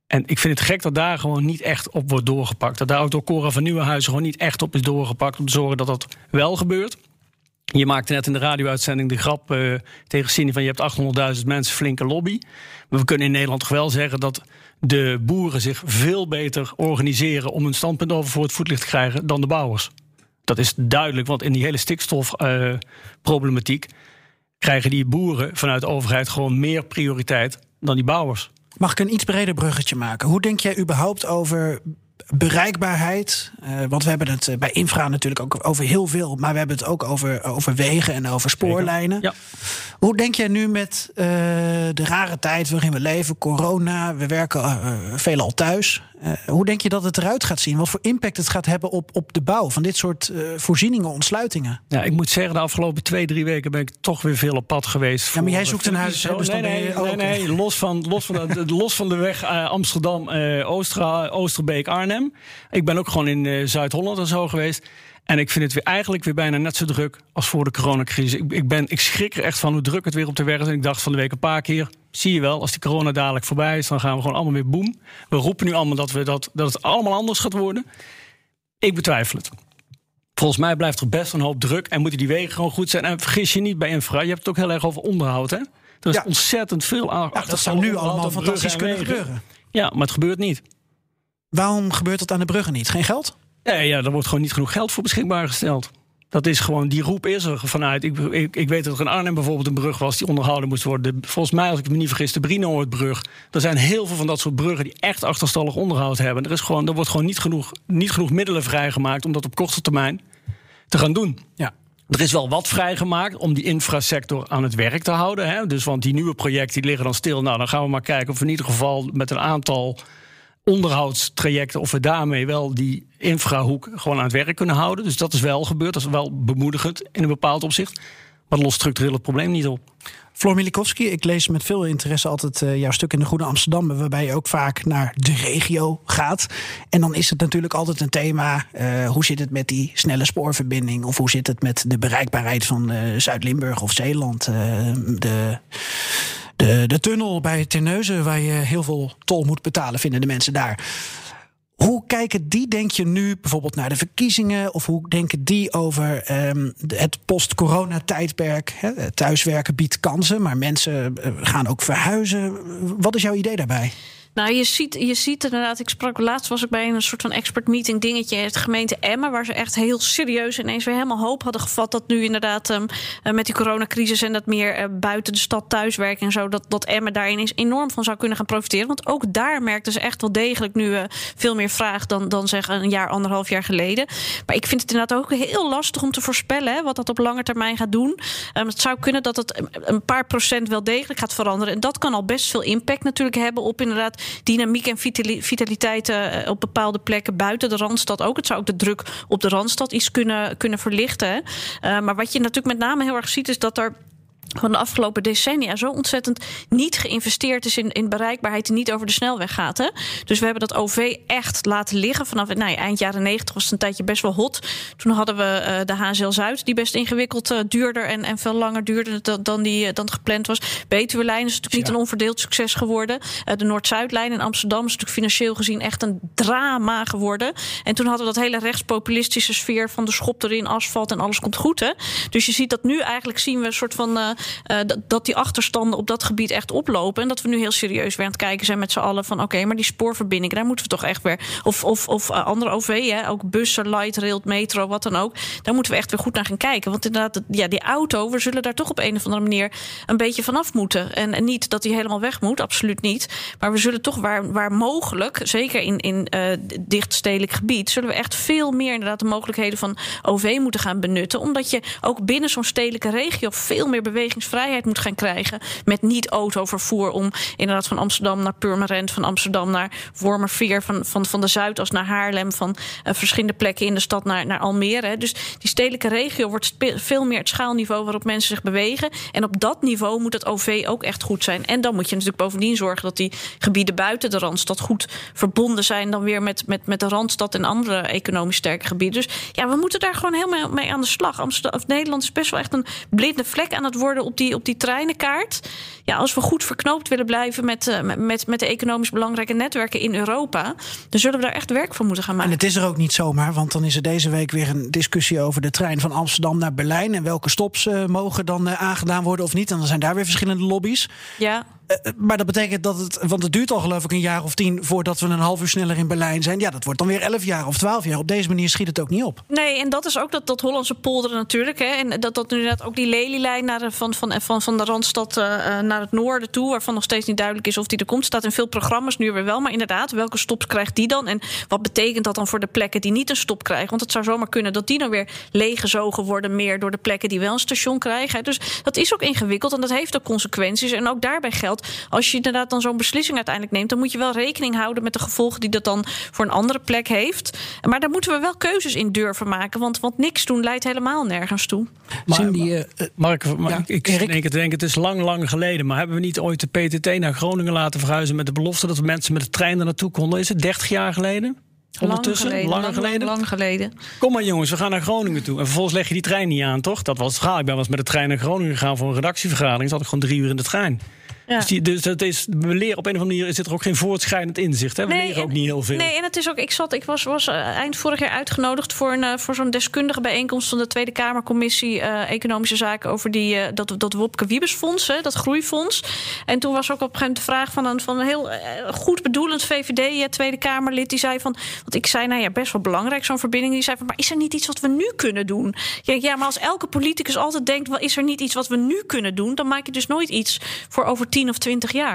En ik vind het gek dat daar gewoon niet echt op wordt doorgepakt. Dat daar ook door Cora van Nieuwenhuizen gewoon niet echt op is doorgepakt om te zorgen dat dat wel gebeurt. Je maakte net in de radio-uitzending de grap uh, tegen Cindy van je hebt achthonderdduizend mensen, flinke lobby. Maar we kunnen in Nederland toch wel zeggen dat de boeren zich veel beter organiseren om hun standpunt over voor het voetlicht te krijgen dan de bouwers. Dat is duidelijk, want in die hele stikstofproblematiek uh, krijgen die boeren vanuit de overheid gewoon meer prioriteit dan die bouwers. Mag ik een iets breder bruggetje maken? Hoe denk jij überhaupt over bereikbaarheid? Uh, want we hebben het bij infra natuurlijk ook over heel veel, maar we hebben het ook over, over wegen en over spoorlijnen. Ja. Hoe denk jij nu met uh, de rare tijd waarin we leven, corona, we werken uh, veelal thuis. Uh, hoe denk je dat het eruit gaat zien? Wat voor impact het gaat hebben op, op de bouw van dit soort uh, voorzieningen, ontsluitingen? Ja, ik moet zeggen, de afgelopen twee, drie weken ben ik toch weer veel op pad geweest. Ja, maar jij zoekt een huis. Hè, dus nee, dan nee, ben je, oh, nee, nee, nee. Los, van, los, van de, los van de weg uh, Amsterdam, uh, Oostra, Oosterbeek, Arnhem. Ik ben ook gewoon in uh, Zuid-Holland en zo geweest. En ik vind het weer eigenlijk weer bijna net zo druk als voor de coronacrisis. Ik, ik, ben, ik schrik er echt van hoe druk het weer op de weg is. En ik dacht van de week een paar keer, zie je wel, als die corona dadelijk voorbij is, dan gaan we gewoon allemaal weer boem. We roepen nu allemaal dat, we dat, dat het allemaal anders gaat worden. Ik betwijfel het. Volgens mij blijft er best een hoop druk en moeten die wegen gewoon goed zijn. En vergis je niet bij infra, je hebt het ook heel erg over onderhoud, hè? Er is ja. ontzettend veel aan. Ja, dat zou nu allemaal fantastisch kunnen gebeuren. Ja, maar het gebeurt niet. Waarom gebeurt dat aan de bruggen niet? Geen geld? Ja, ja, er wordt gewoon niet genoeg geld voor beschikbaar gesteld. Dat is gewoon, die roep is er vanuit. Ik, ik, ik weet dat er in Arnhem bijvoorbeeld een brug was die onderhouden moest worden. Volgens mij, als ik me niet vergis, de Brienoordbrug. Er zijn heel veel van dat soort bruggen die echt achterstallig onderhoud hebben. Er, is gewoon, er wordt gewoon niet genoeg, niet genoeg middelen vrijgemaakt om dat op korte termijn te gaan doen. Ja. Er is wel wat vrijgemaakt om die infrasector aan het werk te houden. Hè? Dus, want die nieuwe projecten die liggen dan stil. Nou, dan gaan we maar kijken of we in ieder geval met een aantal onderhoudstrajecten, of we daarmee wel die infrahoek gewoon aan het werk kunnen houden. Dus dat is wel gebeurd. Dat is wel bemoedigend in een bepaald opzicht. Maar dat lost structureel het probleem niet op. Floor Milikowski, ik lees met veel interesse altijd uh, jouw stuk in de Goede Amsterdam, waarbij je ook vaak naar de regio gaat. En dan is het natuurlijk altijd een thema. Uh, hoe zit het met die snelle spoorverbinding? Of hoe zit het met de bereikbaarheid van uh, Zuid-Limburg of Zeeland? Uh, de... De, de tunnel bij Terneuzen, waar je heel veel tol moet betalen, vinden de mensen daar. Hoe kijken die, denk je nu, bijvoorbeeld naar de verkiezingen? Of hoe denken die over um, het post-corona-tijdperk? Hè? Thuiswerken biedt kansen, maar mensen uh, gaan ook verhuizen. Wat is jouw idee daarbij? Nou, je ziet, je ziet inderdaad, ik sprak laatst, was ik bij een soort van expert meeting dingetje, het gemeente Emmen, waar ze echt heel serieus ineens weer helemaal hoop hadden gevat dat nu inderdaad um, met die coronacrisis en dat meer uh, buiten de stad thuiswerken en zo, dat, dat Emmen daar ineens enorm van zou kunnen gaan profiteren. Want ook daar merkten ze echt wel degelijk nu uh, veel meer vraag dan, dan zeg een jaar, anderhalf jaar geleden. Maar ik vind het inderdaad ook heel lastig om te voorspellen hè, wat dat op lange termijn gaat doen. Um, het zou kunnen dat het een paar procent wel degelijk gaat veranderen. En dat kan al best veel impact natuurlijk hebben op inderdaad dynamiek en vitaliteit uh, op bepaalde plekken buiten de Randstad ook. Het zou ook de druk op de Randstad iets kunnen, kunnen verlichten. Uh, maar wat je natuurlijk met name heel erg ziet is dat er van de afgelopen decennia zo ontzettend niet geïnvesteerd is in, in bereikbaarheid die niet over de snelweg gaat. Hè? Dus we hebben dat O V echt laten liggen. Vanaf nou ja, eind jaren negentig was het een tijdje best wel hot. Toen hadden we uh, de H Z L Zuid, die best ingewikkeld uh, duurder en, en veel langer duurde dan, dan die uh, dan gepland was. Betuwe-lijn is natuurlijk ja. niet een onverdeeld succes geworden. Uh, de Noord-Zuidlijn in Amsterdam is natuurlijk financieel gezien echt een drama geworden. En toen hadden we dat hele rechtspopulistische sfeer van de schop erin, asfalt en alles komt goed. Hè? Dus je ziet dat nu eigenlijk zien we een soort van Uh, Uh, dat, dat die achterstanden op dat gebied echt oplopen. En dat we nu heel serieus weer aan het kijken zijn met z'n allen van oké, okay, maar die spoorverbindingen, daar moeten we toch echt weer. Of, of, of uh, andere O V, hè, ook bussen, light rail, metro, wat dan ook. Daar moeten we echt weer goed naar gaan kijken. Want inderdaad, ja, die auto, we zullen daar toch op een of andere manier een beetje vanaf moeten. En, en niet dat die helemaal weg moet, absoluut niet. Maar we zullen toch waar, waar mogelijk, zeker in, in uh, dichtstedelijk gebied, zullen we echt veel meer inderdaad de mogelijkheden van O V moeten gaan benutten. Omdat je ook binnen zo'n stedelijke regio veel meer bewegingsvrijheid moet gaan krijgen met niet-autovervoer om inderdaad van Amsterdam naar Purmerend, van Amsterdam naar Wormerveer, van, van, van de Zuidas naar Haarlem, van uh, verschillende plekken in de stad naar, naar Almere. Dus die stedelijke regio wordt spe- veel meer het schaalniveau waarop mensen zich bewegen. En op dat niveau moet het O V ook echt goed zijn. En dan moet je natuurlijk bovendien zorgen dat die gebieden buiten de Randstad goed verbonden zijn dan weer met, met, met de Randstad en andere economisch sterke gebieden. Dus ja, we moeten daar gewoon helemaal mee aan de slag. Amsterdam, of Nederland is best wel echt een blinde vlek aan het worden worden op die, op die treinenkaart. Ja, als we goed verknoopt willen blijven met, uh, met, met de economisch belangrijke netwerken in Europa, dan zullen we daar echt werk van moeten gaan maken. En het is er ook niet zomaar, want dan is er deze week weer een discussie over de trein van Amsterdam naar Berlijn. En welke stops uh, mogen dan uh, aangedaan worden of niet. En dan zijn daar weer verschillende lobby's. Ja. Uh, maar dat betekent dat het, want het duurt al geloof ik een jaar of tien voordat we een half uur sneller in Berlijn zijn. Ja, dat wordt dan weer elf jaar of twaalf jaar. Op deze manier schiet het ook niet op. Nee, en dat is ook dat, dat Hollandse polderen natuurlijk. Hè, en dat, dat inderdaad ook die lelielijn naar de, van, van, van, van de Randstad uh, naar het noorden toe, waarvan nog steeds niet duidelijk is of die er komt. Staat in veel programma's nu weer wel. Maar inderdaad, welke stops krijgt die dan? En wat betekent dat dan voor de plekken die niet een stop krijgen? Want het zou zomaar kunnen dat die dan weer leeggezogen worden meer door de plekken die wel een station krijgen. Dus dat is ook ingewikkeld en dat heeft ook consequenties. En ook daarbij geldt, als je inderdaad dan zo'n beslissing uiteindelijk neemt, dan moet je wel rekening houden met de gevolgen die dat dan voor een andere plek heeft. Maar daar moeten we wel keuzes in durven maken. Want, want niks doen leidt helemaal nergens toe. Maar, Cindy, uh, Mark, maar ja, ik Erik? denk, denk het is lang, lang geleden. Maar hebben we niet ooit de P T T naar Groningen laten verhuizen met de belofte dat we mensen met de trein er naartoe konden? Is het dertig jaar geleden? Ondertussen? Lang geleden, Langer lang, geleden? Lang, lang geleden. Kom maar jongens, we gaan naar Groningen toe. En vervolgens leg je die trein niet aan, toch? Dat was het verhaal. Ik ben wel eens met de trein naar Groningen gegaan voor een redactievergadering. Zat ik gewoon drie uur in de trein. Ja. Dus, die, dus dat is, we leren op een of andere manier, zit er ook geen voortschrijdend inzicht. Hè? We nee, leren ook en, niet heel veel. Nee, en het is ook, ik zat, ik was, was uh, eind vorig jaar uitgenodigd voor, een, uh, voor zo'n deskundige bijeenkomst van de Tweede Kamercommissie uh, Economische Zaken over die, uh, dat, dat Wopke Wiebesfonds, hè, dat groeifonds. En toen was ook op een gegeven moment de vraag van een, van een heel uh, goed bedoelend V V D uh, Tweede Kamerlid. Die zei van, want ik zei, nou ja, best wel belangrijk zo'n verbinding. Die zei van, maar is er niet iets wat we nu kunnen doen? Ja, ja, maar als elke politicus altijd denkt, wel, is er niet iets wat we nu kunnen doen? Dan maak je dus nooit iets voor over tien of twintig jaar.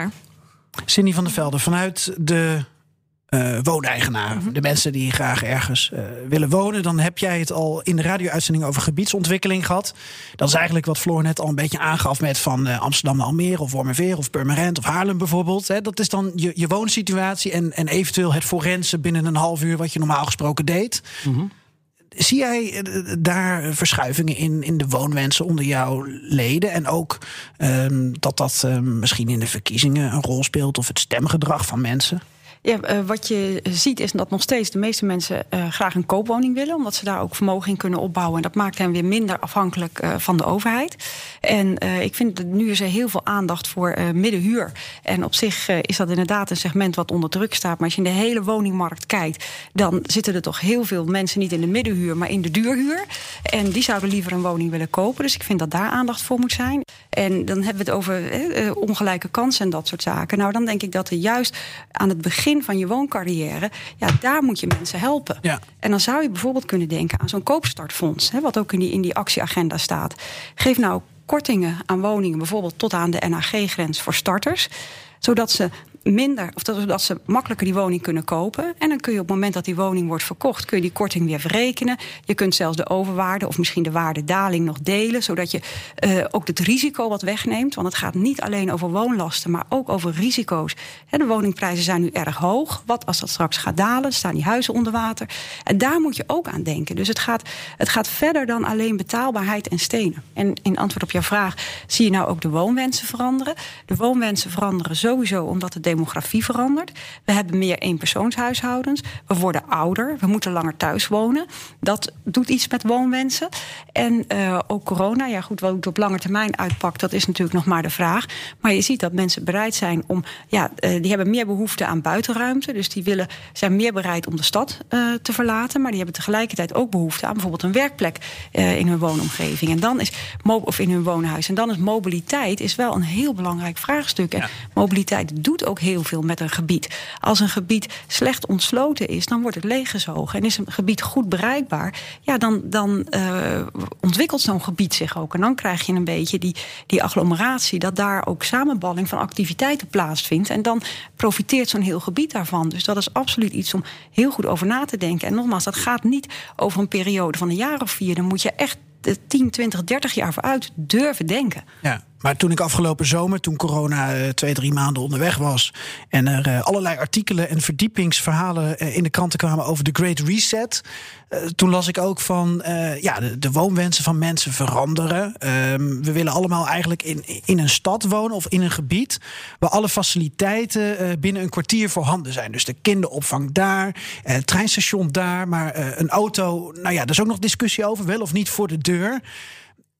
Cindy van der Velde, vanuit de uh, wooneigenaren, mm-hmm. de mensen die graag ergens uh, willen wonen, dan heb jij het al in de radio-uitzending over gebiedsontwikkeling gehad. Dat is eigenlijk wat Floor net al een beetje aangaf met van uh, Amsterdam naar Almere of Wormerveer of Purmerend of Haarlem bijvoorbeeld. Hè. Dat is dan je, je woonsituatie en, en eventueel het forensen binnen een half uur wat je normaal gesproken deed. Mm-hmm. Zie jij uh, daar verschuivingen in, in de woonwensen onder jouw leden? En ook um, dat dat uh, misschien in de verkiezingen een rol speelt of het stemgedrag van mensen? Ja, uh, wat je ziet is dat nog steeds de meeste mensen uh, graag een koopwoning willen, omdat ze daar ook vermogen in kunnen opbouwen. En dat maakt hen weer minder afhankelijk uh, van de overheid. En uh, ik vind dat nu is er heel veel aandacht voor uh, middenhuur. En op zich uh, is dat inderdaad een segment wat onder druk staat. Maar als je in de hele woningmarkt kijkt, dan zitten er toch heel veel mensen niet in de middenhuur, maar in de duurhuur. En die zouden liever een woning willen kopen. Dus ik vind dat daar aandacht voor moet zijn. En dan hebben we het over uh, ongelijke kansen en dat soort zaken. Nou, dan denk ik dat er juist aan het begin van je wooncarrière, ja, daar moet je mensen helpen. Ja. En dan zou je bijvoorbeeld kunnen denken aan zo'n koopstartfonds, hè, wat ook in die, in die actieagenda staat. Geef nou kortingen aan woningen, bijvoorbeeld tot aan de N H G-grens voor starters, zodat ze minder, of zodat ze makkelijker die woning kunnen kopen. En dan kun je op het moment dat die woning wordt verkocht, kun je die korting weer verrekenen. Je kunt zelfs de overwaarde of misschien de waardedaling nog delen, zodat je uh, ook het risico wat wegneemt. Want het gaat niet alleen over woonlasten, maar ook over risico's. He, de woningprijzen zijn nu erg hoog. Wat als dat straks gaat dalen? Staan die huizen onder water? En daar moet je ook aan denken. Dus het gaat, het gaat verder dan alleen betaalbaarheid en stenen. En in antwoord op jouw vraag, zie je nou ook de woonwensen veranderen? De woonwensen veranderen sowieso omdat de demografie verandert. We hebben meer eenpersoonshuishoudens. We worden ouder. We moeten langer thuis wonen. Dat doet iets met woonwensen. En uh, ook corona, ja goed, wat het op lange termijn uitpakt, dat is natuurlijk nog maar de vraag. Maar je ziet dat mensen bereid zijn om, ja, uh, die hebben meer behoefte aan buitenruimte. Dus die willen, zijn meer bereid om de stad uh, te verlaten. Maar die hebben tegelijkertijd ook behoefte aan bijvoorbeeld een werkplek uh, in hun woonomgeving. En dan is, of in hun woonhuis. En dan is mobiliteit is wel een heel belangrijk vraagstuk. En ja. mobiliteit doet ook heel veel met een gebied. Als een gebied slecht ontsloten is, dan wordt het leeggezogen. En is een gebied goed bereikbaar, ja, dan, dan uh, ontwikkelt zo'n gebied zich ook. En dan krijg je een beetje die, die agglomeratie, dat daar ook samenballing van activiteiten plaatsvindt. En dan profiteert zo'n heel gebied daarvan. Dus dat is absoluut iets om heel goed over na te denken. En nogmaals, dat gaat niet over een periode van een jaar of vier. Dan moet je echt tien, twintig, dertig jaar vooruit durven denken. Ja. Maar toen ik afgelopen zomer, toen corona uh, twee, drie maanden onderweg was, en er uh, allerlei artikelen en verdiepingsverhalen uh, in de kranten kwamen over de Great Reset, uh, toen las ik ook van, uh, ja, de, de woonwensen van mensen veranderen. Uh, we willen allemaal eigenlijk in, in een stad wonen of in een gebied waar alle faciliteiten uh, binnen een kwartier voorhanden zijn. Dus de kinderopvang daar, uh, het treinstation daar, maar uh, een auto, nou ja, er is ook nog discussie over, wel of niet voor de deur.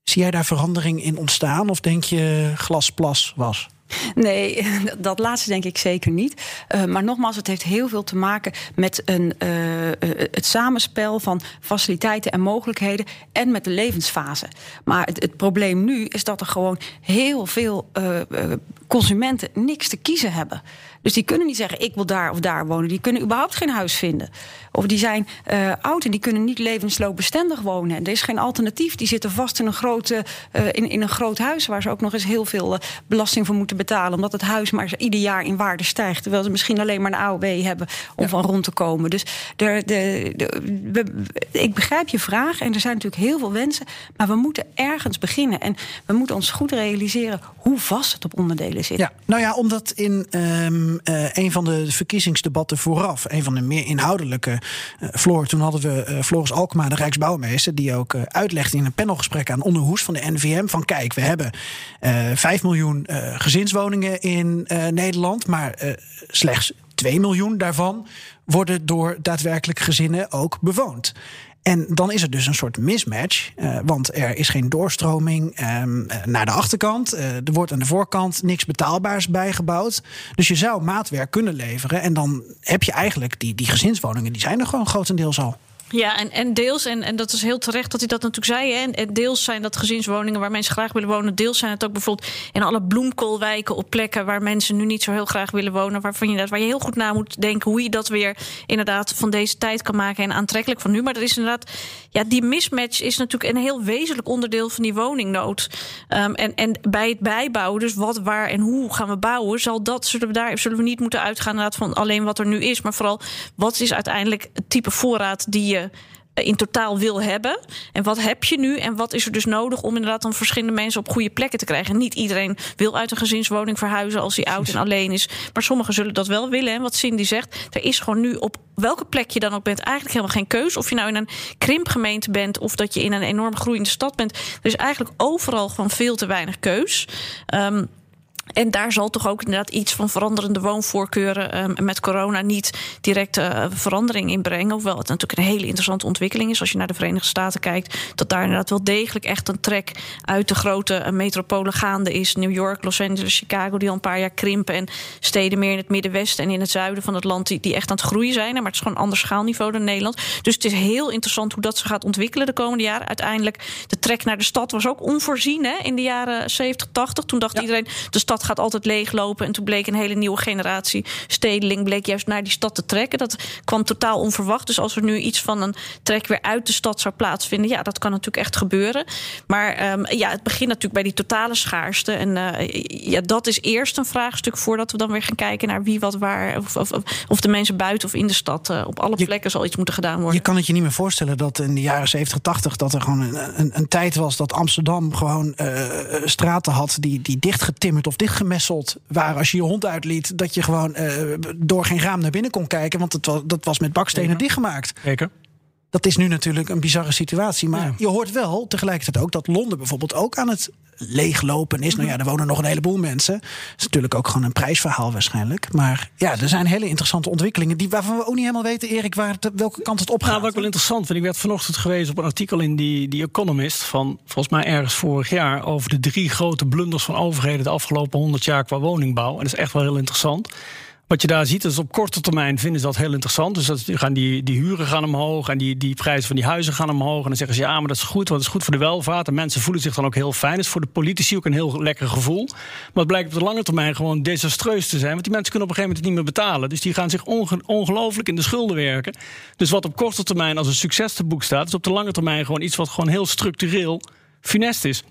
Zie jij daar verandering in ontstaan? Of denk je glas plas was? Nee, dat laatste denk ik zeker niet. Uh, maar nogmaals, het heeft heel veel te maken met een, uh, uh, het samenspel van faciliteiten en mogelijkheden en met de levensfase. Maar het, het probleem nu is dat er gewoon heel veel uh, uh, consumenten niks te kiezen hebben. Dus die kunnen niet zeggen, ik wil daar of daar wonen. Die kunnen überhaupt geen huis vinden. Of die zijn uh, oud en die kunnen niet levensloopbestendig wonen. En er is geen alternatief. Die zitten vast in een, grote, uh, in, in een groot huis, waar ze ook nog eens heel veel uh, belasting voor moeten betalen. Omdat het huis maar ieder jaar in waarde stijgt. Terwijl ze misschien alleen maar een A O W hebben om ja. van rond te komen. Dus de, de, de, we, ik begrijp je vraag. En er zijn natuurlijk heel veel wensen. Maar we moeten ergens beginnen. En we moeten ons goed realiseren hoe vast het op onderdelen zit. Ja, nou ja, omdat in um, uh, een van de verkiezingsdebatten vooraf, een van de meer inhoudelijke, uh, Floor, toen hadden we uh, Floris Alkema, de Rijksbouwmeester, die ook uh, uitlegde in een panelgesprek aan Onno Hoes van de N V M van kijk, we hebben uh, vijf miljoen uh, gezinswoningen in uh, Nederland, maar uh, slechts twee miljoen daarvan worden door daadwerkelijk gezinnen ook bewoond. En dan is er dus een soort mismatch, uh, want er is geen doorstroming um, naar de achterkant. Uh, er wordt aan de voorkant niks betaalbaars bijgebouwd. Dus je zou maatwerk kunnen leveren en dan heb je eigenlijk die, die gezinswoningen, die zijn er gewoon grotendeels al. Ja, en, en deels, en, en dat is heel terecht dat hij dat natuurlijk zei. Hè, en, en deels zijn dat gezinswoningen waar mensen graag willen wonen. Deels zijn het ook bijvoorbeeld in alle bloemkoolwijken op plekken waar mensen nu niet zo heel graag willen wonen. Waarvan je, waar je heel goed na moet denken hoe je dat weer inderdaad van deze tijd kan maken en aantrekkelijk van nu. Maar er is inderdaad, ja, die mismatch is natuurlijk een heel wezenlijk onderdeel van die woningnood. Um, en, en bij het bijbouwen, dus wat, waar en hoe gaan we bouwen, zal dat, zullen we daar zullen we niet moeten uitgaan inderdaad van alleen wat er nu is, maar vooral wat is uiteindelijk het type voorraad die je in totaal wil hebben. En wat heb je nu? En wat is er dus nodig om inderdaad dan verschillende mensen op goede plekken te krijgen? En niet iedereen wil uit een gezinswoning verhuizen als hij oud en alleen is. Maar sommigen zullen dat wel willen. En wat Cindy zegt, er is gewoon nu op welke plek je dan ook bent eigenlijk helemaal geen keus. Of je nou in een krimpgemeente bent of dat je in een enorm groeiende stad bent. Er is eigenlijk overal gewoon veel te weinig keus. Um, En daar zal toch ook inderdaad iets van veranderende woonvoorkeuren um, met corona niet direct uh, verandering in brengen. Hoewel het natuurlijk een hele interessante ontwikkeling is als je naar de Verenigde Staten kijkt. Dat daar inderdaad wel degelijk echt een trek uit de grote uh, metropolen gaande is. New York, Los Angeles, Chicago, die al een paar jaar krimpen. En steden meer in het middenwesten en in het zuiden van het land die, die echt aan het groeien zijn. Maar het is gewoon een ander schaalniveau dan Nederland. Dus het is heel interessant hoe dat zich gaat ontwikkelen de komende jaren. Uiteindelijk, de trek naar de stad was ook onvoorzien hè, in de jaren zeventig, tachtig. Toen dacht ja. iedereen, de stad gaat altijd leeglopen. En toen bleek een hele nieuwe generatie stedeling bleek juist naar die stad te trekken. Dat kwam totaal onverwacht. Dus als er nu iets van een trek weer uit de stad zou plaatsvinden, ja, dat kan natuurlijk echt gebeuren. Maar um, ja, het begint natuurlijk bij die totale schaarste. En uh, ja, dat is eerst een vraagstuk voordat we dan weer gaan kijken naar wie, wat, waar. Of, of, of de mensen buiten of in de stad. Uh, op alle plekken zal iets moeten gedaan worden. Je kan het je niet meer voorstellen dat in de jaren zeventig, tachtig dat er gewoon een, een, een tijd was dat Amsterdam gewoon uh, straten had die, die dichtgetimmerd of dichtgemesseld waren. Als je je hond uitliet, dat je gewoon uh, door geen raam naar binnen kon kijken. Want het was, dat was met bakstenen ja. dichtgemaakt. Zeker. Dat is nu natuurlijk een bizarre situatie. Maar ja. je hoort wel tegelijkertijd ook dat Londen bijvoorbeeld ook aan het leeglopen is. Nou ja, er wonen nog een heleboel mensen. Dat is natuurlijk ook gewoon een prijsverhaal waarschijnlijk. Maar ja, er zijn hele interessante ontwikkelingen die waarvan we ook niet helemaal weten, Erik, waar het, welke kant het op gaat. Nou, wat ik wel interessant vind, ik werd vanochtend gewezen op een artikel in die, die Economist van volgens mij ergens vorig jaar over de drie grote blunders van overheden de afgelopen honderd jaar qua woningbouw. En dat is echt wel heel interessant. Wat je daar ziet, is op korte termijn vinden ze dat heel interessant. Dus dat gaan die, die huren gaan omhoog en die, die prijzen van die huizen gaan omhoog. En dan zeggen ze, ja, maar dat is goed, want het is goed voor de welvaart. En mensen voelen zich dan ook heel fijn. Het is voor de politici ook een heel lekker gevoel. Maar het blijkt op de lange termijn gewoon desastreus te zijn. Want die mensen kunnen op een gegeven moment het niet meer betalen. Dus die gaan zich onge- ongelooflijk in de schulden werken. Dus wat op korte termijn als een succes te boek staat, is op de lange termijn gewoon iets wat gewoon heel structureel funest is.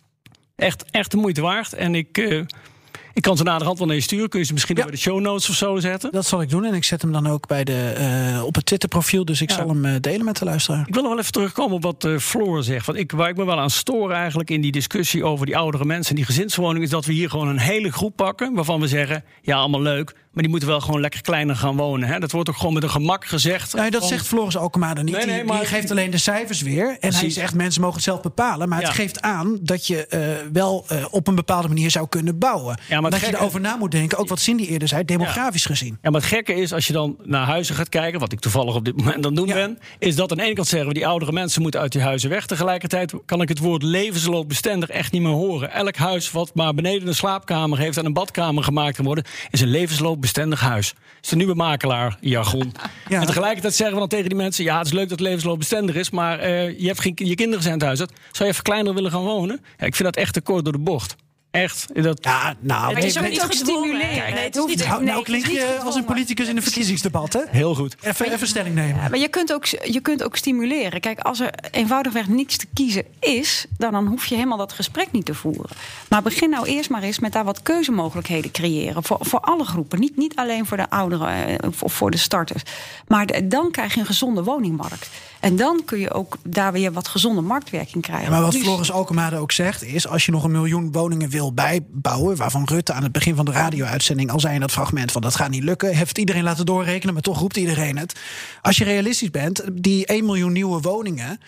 Echt, echt de moeite waard. En ik... Uh, Ik kan ze naderhand wel naar je sturen. Kun je ze misschien ja. bij de show notes of zo zetten? Dat zal ik doen. En ik zet hem dan ook bij de, uh, op het Twitter-profiel. Dus ik ja. zal hem uh, delen met de luisteraar. Ik wil nog wel even terugkomen op wat uh, Floor zegt. Want ik, waar ik me wel aan stoor eigenlijk in die discussie over die oudere mensen en die gezinswoningen, is dat we hier gewoon een hele groep pakken waarvan we zeggen, ja, allemaal leuk, maar maar die moeten wel gewoon lekker kleiner gaan wonen. Hè? Dat wordt ook gewoon met een gemak gezegd. Nee, dat van... zegt Floris Alkemade niet. Nee, nee, die, maar... die geeft alleen de cijfers weer. En Precies. hij zegt, mensen mogen het zelf bepalen. Maar ja. het geeft aan dat je uh, wel uh, op een bepaalde manier zou kunnen bouwen. Ja, maar dat gekke... je erover na moet denken, ook wat Cindy eerder zei, demografisch ja. gezien. Ja, maar het gekke is, als je dan naar huizen gaat kijken, wat ik toevallig op dit moment aan het doen ja. ben, is dat aan de ene kant zeggen we, die oudere mensen moeten uit die huizen weg. Tegelijkertijd kan ik het woord levensloopbestendig echt niet meer horen. Elk huis wat maar beneden een slaapkamer heeft en een badkamer gemaakt kan worden, is een levensloopbestendig huis. Dat is de nieuwe makelaarjargon. Ja. En tegelijkertijd zeggen we dan tegen die mensen, ja, het is leuk dat het levensloopbestendig is, maar uh, je hebt geen, je kinderen zijn thuis. Zou je even kleiner willen gaan wonen? Ja, ik vind dat echt te kort door de bocht. Echt? Dat... Ja, nou... Maar je zou het ook stimuleren. Nee, het hoeft niet, nou, nou klink je als een politicus in een verkiezingsdebat, hè? Heel goed. Even, je, even stelling nemen. Ja, maar je kunt, ook, je kunt ook stimuleren. Kijk, als er eenvoudigweg niks te kiezen is, dan, dan hoef je helemaal dat gesprek niet te voeren. Maar begin nou eerst maar eens met daar wat keuzemogelijkheden creëren. Voor, voor alle groepen. Niet, niet alleen voor de ouderen of voor de starters. Maar de, dan krijg je een gezonde woningmarkt. En dan kun je ook daar weer wat gezonde marktwerking krijgen. Ja, maar wat Floris Alkemade ook zegt is, als je nog een miljoen woningen wil bijbouwen, waarvan Rutte aan het begin van de radio-uitzending al zei in dat fragment van dat gaat niet lukken, heeft iedereen laten doorrekenen, maar toch roept iedereen het. Als je realistisch bent, die één miljoen nieuwe woningen,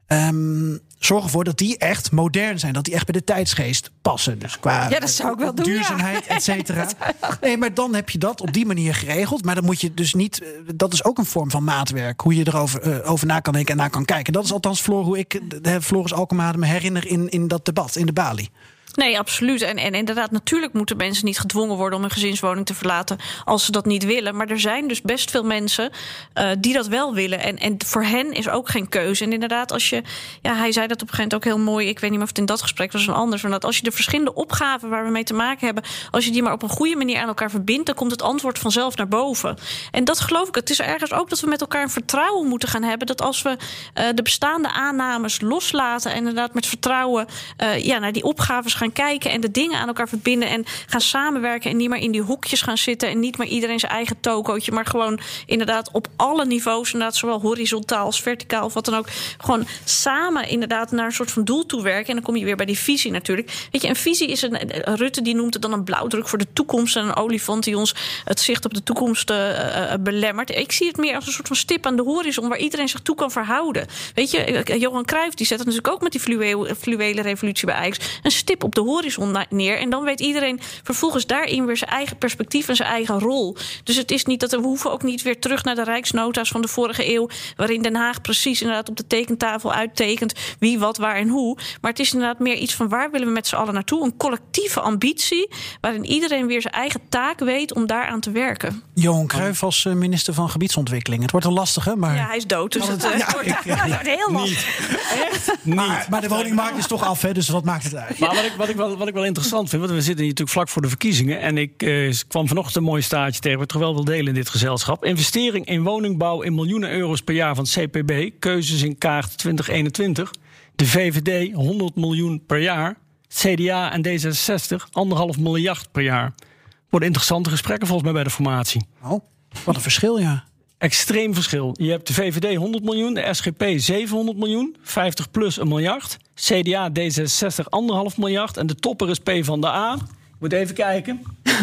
Um, zorg ervoor dat die echt modern zijn. Dat die echt bij de tijdsgeest passen. Dus qua ja, dat zou ik wel doen, duurzaamheid, ja. et cetera. Nee, maar dan heb je dat op die manier geregeld. Maar dan moet je dus niet... Dat is ook een vorm van maatwerk. Hoe je erover uh, over na kan denken en naar kan kijken. Dat is althans, Floor, hoe ik de Floris Alkemade me herinner in, in dat debat, in de Bali. Nee, absoluut. En, en inderdaad, natuurlijk moeten mensen niet gedwongen worden om een gezinswoning te verlaten als ze dat niet willen. Maar er zijn dus best veel mensen uh, die dat wel willen. En, en voor hen is ook geen keuze. En inderdaad, als je, ja, hij zei dat op een gegeven moment ook heel mooi. Ik weet niet meer of het in dat gesprek was of anders. Maar dat als je de verschillende opgaven waar we mee te maken hebben, als je die maar op een goede manier aan elkaar verbindt, dan komt het antwoord vanzelf naar boven. En dat geloof ik. Het is ergens ook dat we met elkaar een vertrouwen moeten gaan hebben. Dat als we uh, de bestaande aannames loslaten en inderdaad met vertrouwen uh, ja, naar die opgaves gaan kijken en de dingen aan elkaar verbinden en gaan samenwerken en niet meer in die hoekjes gaan zitten en niet meer iedereen zijn eigen tokootje, maar gewoon inderdaad op alle niveaus, inderdaad zowel horizontaal als verticaal of wat dan ook, gewoon samen inderdaad naar een soort van doel toe werken. En dan kom je weer bij die visie natuurlijk. Weet je, een visie is een, Rutte die noemt het dan een blauwdruk voor de toekomst en een olifant die ons het zicht op de toekomst uh, belemmert. Ik zie het meer als een soort van stip aan de horizon waar iedereen zich toe kan verhouden. Weet je, Johan Cruijff die zet het natuurlijk ook met die fluweel, fluwele revolutie bij Ajax, een stip op de horizon neer. En dan weet iedereen vervolgens daarin weer zijn eigen perspectief en zijn eigen rol. Dus het is niet dat we hoeven ook niet weer terug naar de rijksnota's van de vorige eeuw, waarin Den Haag precies inderdaad op de tekentafel uittekent wie, wat, waar en hoe. Maar het is inderdaad meer iets van waar willen we met z'n allen naartoe? Een collectieve ambitie, waarin iedereen weer zijn eigen taak weet om daaraan te werken. Johan Cruijff als minister van Gebiedsontwikkeling. Het wordt een lastige, maar... Ja, hij is dood, dus het, het, uh, ja, wordt, ik, ja, het wordt heel lastig. Echt? Niet. Maar, maar de woningmarkt is toch af, hè, dus wat maakt het uit? Maar wat ik, wat ik, wel, wat ik wel interessant vind, want we zitten hier natuurlijk vlak voor de verkiezingen, en ik eh, kwam vanochtend een mooi staartje tegen, wat ik toch wel wil delen in dit gezelschap. Investering in woningbouw in miljoenen euro's per jaar van het C P B. Keuzes in kaart twintig eenentwintig. De V V D honderd miljoen per jaar. C D A en D zesenzestig anderhalf miljard per jaar. Worden interessante gesprekken volgens mij bij de formatie. Oh, wat een verschil, ja. Extreem verschil. Je hebt de V V D honderd miljoen, de S G P zevenhonderd miljoen, vijftig plus een miljard. C D A, D zesenzestig anderhalf miljard. En de topper is PvdA. Moet even kijken.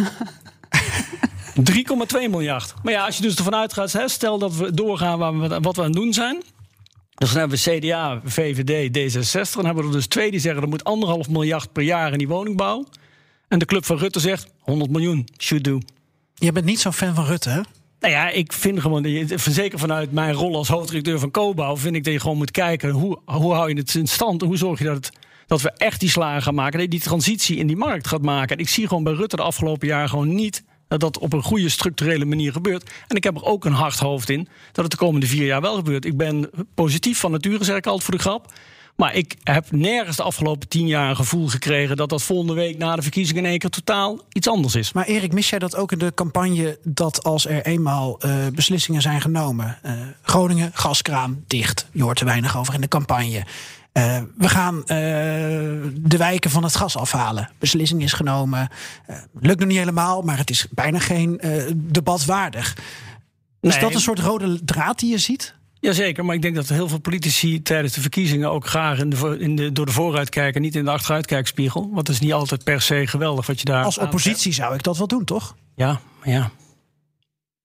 drie komma twee miljard. Maar ja, als je dus ervan uitgaat, hè, stel dat we doorgaan waar we, wat we aan het doen zijn. Dus dan hebben we C D A, V V D, D zesenzestig. Dan hebben we er dus twee die zeggen er moet anderhalf miljard per jaar in die woningbouw. En de club van Rutte zegt honderd miljoen, should do. Je bent niet zo'n fan van Rutte, hè? Nou ja, ik vind gewoon, zeker vanuit mijn rol als hoofddirecteur van Cobouw, vind ik dat je gewoon moet kijken hoe, hoe hou je het in stand en hoe zorg je dat, het, dat we echt die slagen gaan maken, dat je die transitie in die markt gaat maken. En ik zie gewoon bij Rutte de afgelopen jaren gewoon niet dat dat op een goede structurele manier gebeurt. En ik heb er ook een hard hoofd in dat het de komende vier jaar wel gebeurt. Ik ben positief van nature, zeg ik altijd voor de grap. Maar ik heb nergens de afgelopen tien jaar een gevoel gekregen dat dat volgende week na de verkiezingen in één keer totaal iets anders is. Maar Erik, mis jij dat ook in de campagne, dat als er eenmaal uh, beslissingen zijn genomen, uh, Groningen, gaskraan, dicht, je hoort er weinig over in de campagne. Uh, we gaan uh, de wijken van het gas afhalen. Beslissing is genomen. Uh, lukt nog niet helemaal, maar het is bijna geen uh, debat waardig. Is nee. dat een soort rode draad die je ziet? Jazeker, maar ik denk dat heel veel politici tijdens de verkiezingen ook graag in de, in de, door de vooruit kijken, niet in de achteruitkijkspiegel. Want het is niet altijd per se geweldig wat je daar. Als oppositie zou ik dat wel doen, toch? Ja, ja.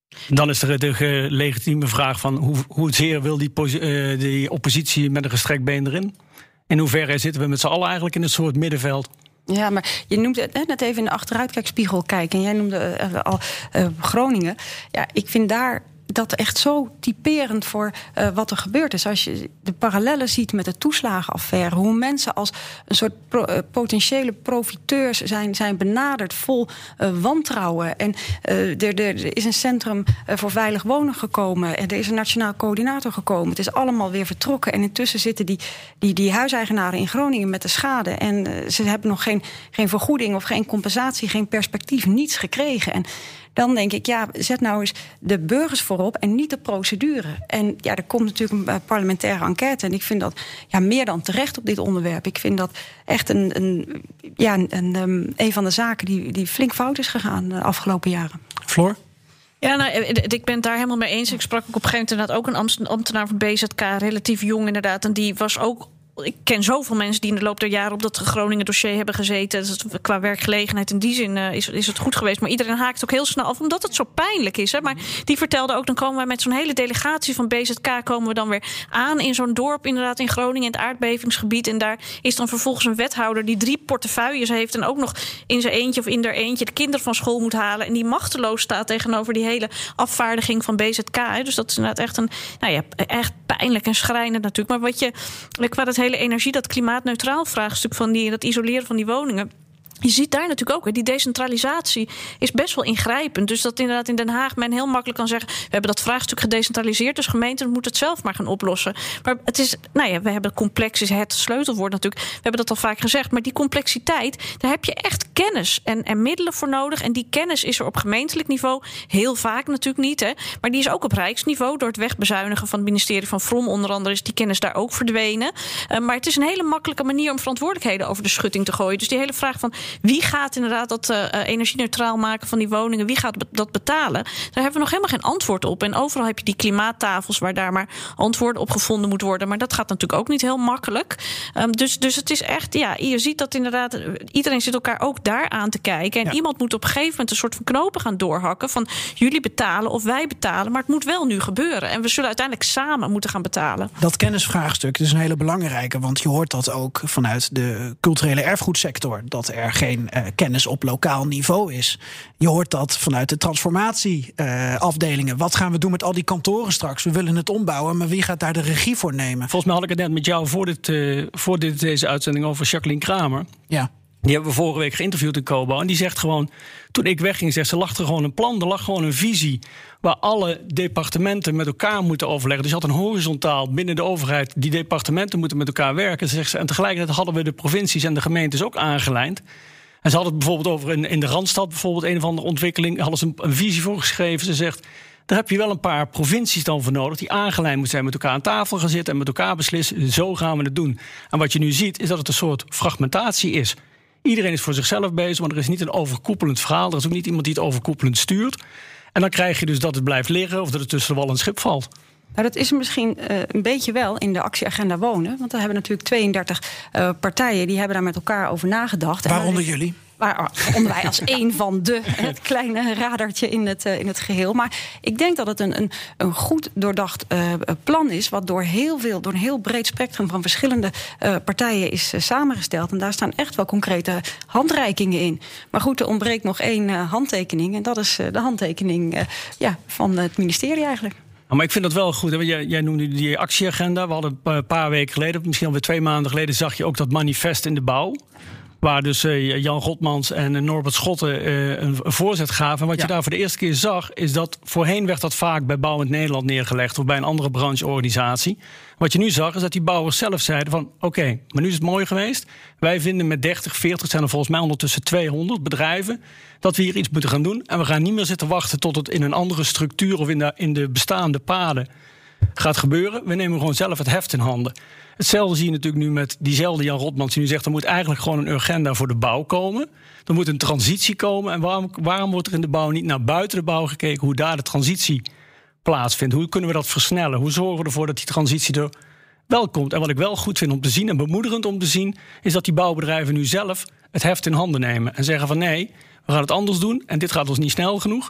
Dan is er de legitieme vraag van hoe, hoezeer wil die, uh, die oppositie met een gestrekt been erin? In hoeverre zitten we met z'n allen eigenlijk in een soort middenveld? Ja, maar je noemde het net even in de achteruitkijkspiegel kijken. En jij noemde uh, al uh, Groningen. Ja, ik vind daar dat echt zo typerend voor uh, wat er gebeurd is. Als je de parallellen ziet met de toeslagenaffaire, hoe mensen als een soort pro, uh, potentiële profiteurs zijn, zijn benaderd vol uh, wantrouwen. En uh, er, er, er is een centrum uh, voor veilig wonen gekomen. En er is een nationaal coördinator gekomen. Het is allemaal weer vertrokken. En intussen zitten die, die, die huiseigenaren in Groningen met de schade. En uh, ze hebben nog geen, geen vergoeding of geen compensatie, geen perspectief, niets gekregen. En dan denk ik, ja, zet nou eens de burgers voorop en niet de procedure. En ja, er komt natuurlijk een parlementaire enquête. En ik vind dat ja, meer dan terecht op dit onderwerp. Ik vind dat echt een, een, ja, een, een, een van de zaken die, die flink fout is gegaan de afgelopen jaren. Floor? Ja, nou, ik ben het daar helemaal mee eens. Ik sprak ook op een gegeven moment ook een ambtenaar van B Z K, relatief jong inderdaad. En die was ook... Ik ken zoveel mensen die in de loop der jaren op dat Groningen dossier hebben gezeten. Dus qua werkgelegenheid in die zin uh, is, is het goed geweest. Maar iedereen haakt ook heel snel af, omdat het zo pijnlijk is. Hè. Maar die vertelde ook, dan komen wij met zo'n hele delegatie van B Z K... komen we dan weer aan in zo'n dorp, inderdaad in Groningen, in het aardbevingsgebied. En daar is dan vervolgens een wethouder die drie portefeuilles heeft en ook nog in zijn eentje of in der eentje de kinderen van school moet halen. En die machteloos staat tegenover die hele afvaardiging van B Z K. Hè. Dus dat is inderdaad echt een, nou ja, echt pijnlijk en schrijnend natuurlijk. Maar wat je, qua dat hele energie, dat klimaatneutraal vraagstuk van die, dat isoleren van die woningen. Je ziet daar natuurlijk ook, hè, die decentralisatie is best wel ingrijpend. Dus dat inderdaad in Den Haag men heel makkelijk kan zeggen, we hebben dat vraagstuk gedecentraliseerd, dus gemeenten moeten het zelf maar gaan oplossen. Maar het is, nou ja, we hebben complex is het sleutelwoord natuurlijk. We hebben dat al vaak gezegd, maar die complexiteit, daar heb je echt kennis en, en middelen voor nodig. En die kennis is er op gemeentelijk niveau heel vaak natuurlijk niet, hè. Maar die is ook op rijksniveau door het wegbezuinigen van het ministerie van Vrom onder andere is die kennis daar ook verdwenen. Uh, maar het is een hele makkelijke manier om verantwoordelijkheden over de schutting te gooien. Dus die hele vraag van wie gaat inderdaad dat uh, energie-neutraal maken van die woningen? Wie gaat dat betalen? Daar hebben we nog helemaal geen antwoord op. En overal heb je die klimaattafels waar daar maar antwoorden op gevonden moet worden. Maar dat gaat natuurlijk ook niet heel makkelijk. Um, dus, dus het is echt, ja, je ziet dat inderdaad, iedereen zit elkaar ook daar aan te kijken. En ja. iemand moet op een gegeven moment een soort van knopen gaan doorhakken van jullie betalen of wij betalen, maar het moet wel nu gebeuren. En we zullen uiteindelijk samen moeten gaan betalen. Dat kennisvraagstuk is een hele belangrijke, want je hoort dat ook vanuit de culturele erfgoedsector, dat er geen uh, kennis op lokaal niveau is. Je hoort dat vanuit de transformatieafdelingen. Uh, Wat gaan we doen met al die kantoren straks? We willen het ombouwen, maar wie gaat daar de regie voor nemen? Volgens mij had ik het net met jou voor, dit, uh, voor dit, deze uitzending over Jacqueline Kramer. Ja. Die hebben we vorige week geïnterviewd in Cobouw. En die zegt gewoon, toen ik wegging, zegt ze, lag er gewoon een plan. Er lag gewoon een visie waar alle departementen met elkaar moeten overleggen. Dus je had een horizontaal binnen de overheid. Die departementen moeten met elkaar werken, zegt ze. En tegelijkertijd hadden we de provincies en de gemeentes ook aangelijnd. En ze hadden het bijvoorbeeld over in, in de Randstad, bijvoorbeeld een of andere ontwikkeling, hadden ze een, een visie voor geschreven. Ze zegt, daar heb je wel een paar provincies dan voor nodig die aangelijnd moeten zijn, met elkaar aan tafel gaan zitten en met elkaar beslissen, zo gaan we het doen. En wat je nu ziet, is dat het een soort fragmentatie is. Iedereen is voor zichzelf bezig, maar er is niet een overkoepelend verhaal. Er is ook niet iemand die het overkoepelend stuurt. En dan krijg je dus dat het blijft liggen of dat het tussen de wal en schip valt. Nou, dat is misschien uh, een beetje wel in de actieagenda wonen. Want daar hebben natuurlijk tweeëndertig uh, partijen die hebben daar met elkaar over nagedacht. Waaronder en, jullie? Waaronder wij als een van de, het kleine radartje in het, uh, in het geheel. Maar ik denk dat het een, een, een goed doordacht uh, plan is, wat door heel veel, door een heel breed spectrum van verschillende uh, partijen is uh, samengesteld. En daar staan echt wel concrete handreikingen in. Maar goed, er ontbreekt nog één uh, handtekening. En dat is uh, de handtekening uh, ja, van het ministerie eigenlijk. Maar ik vind dat wel goed. Hè? Jij, jij noemde die actieagenda. We hadden een paar weken geleden, misschien alweer twee maanden geleden, zag je ook dat manifest in de bouw. Waar dus uh, Jan Rotmans en uh, Norbert Schotten uh, een voorzet gaven. En wat ja. je daar voor de eerste keer zag, is dat voorheen werd dat vaak bij Bouwend Nederland neergelegd of bij een andere brancheorganisatie. Wat je nu zag, is dat die bouwers zelf zeiden van oké, okay, maar nu is het mooi geweest. Wij vinden met dertig, veertig, zijn er volgens mij ondertussen tweehonderd bedrijven, dat we hier iets moeten gaan doen. En we gaan niet meer zitten wachten tot het in een andere structuur of in de, in de bestaande paden gaat gebeuren. We nemen gewoon zelf het heft in handen. Hetzelfde zie je natuurlijk nu met diezelfde Jan Rotmans die nu zegt, er moet eigenlijk gewoon een agenda voor de bouw komen. Er moet een transitie komen. En waarom, waarom wordt er in de bouw niet naar buiten de bouw gekeken, hoe daar de transitie plaatsvindt? Hoe kunnen we dat versnellen? Hoe zorgen we ervoor dat die transitie er wel komt? En wat ik wel goed vind om te zien en bemoedigend om te zien, is dat die bouwbedrijven nu zelf het heft in handen nemen. En zeggen van nee, we gaan het anders doen en dit gaat ons niet snel genoeg.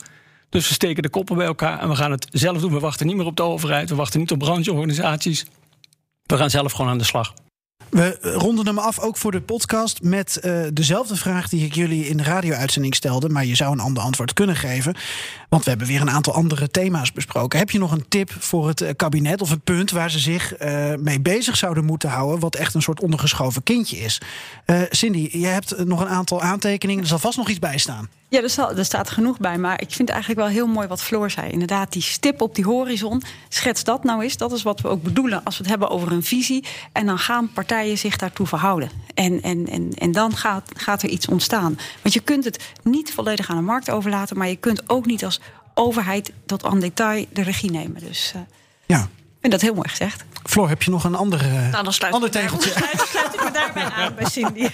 Dus we steken de koppen bij elkaar en we gaan het zelf doen. We wachten niet meer op de overheid, we wachten niet op brancheorganisaties. We gaan zelf gewoon aan de slag. We ronden hem af, ook voor de podcast, met uh, dezelfde vraag die ik jullie in de radio-uitzending stelde. Maar je zou een ander antwoord kunnen geven. Want we hebben weer een aantal andere thema's besproken. Heb je nog een tip voor het uh, kabinet of een punt waar ze zich uh, mee bezig zouden moeten houden, wat echt een soort ondergeschoven kindje is? Uh, Cindy, jij hebt nog een aantal aantekeningen. Er zal vast nog iets bij staan. Ja, er, zal, er staat genoeg bij. Maar ik vind het eigenlijk wel heel mooi wat Floor zei. Inderdaad, die stip op die horizon. Schets dat nou eens. Dat is wat we ook bedoelen als we het hebben over een visie. En dan gaan partijen zich daartoe verhouden. En, en, en, en dan gaat, gaat er iets ontstaan. Want je kunt het niet volledig aan de markt overlaten. Maar je kunt ook niet als overheid tot aan detail de regie nemen. Dus uh, ja. ik vind dat heel mooi gezegd. Floor, heb je nog een andere, nou, dan sluit ander ik tegeltje? Daar, sluit, sluit ik me daarbij aan bij Cindy.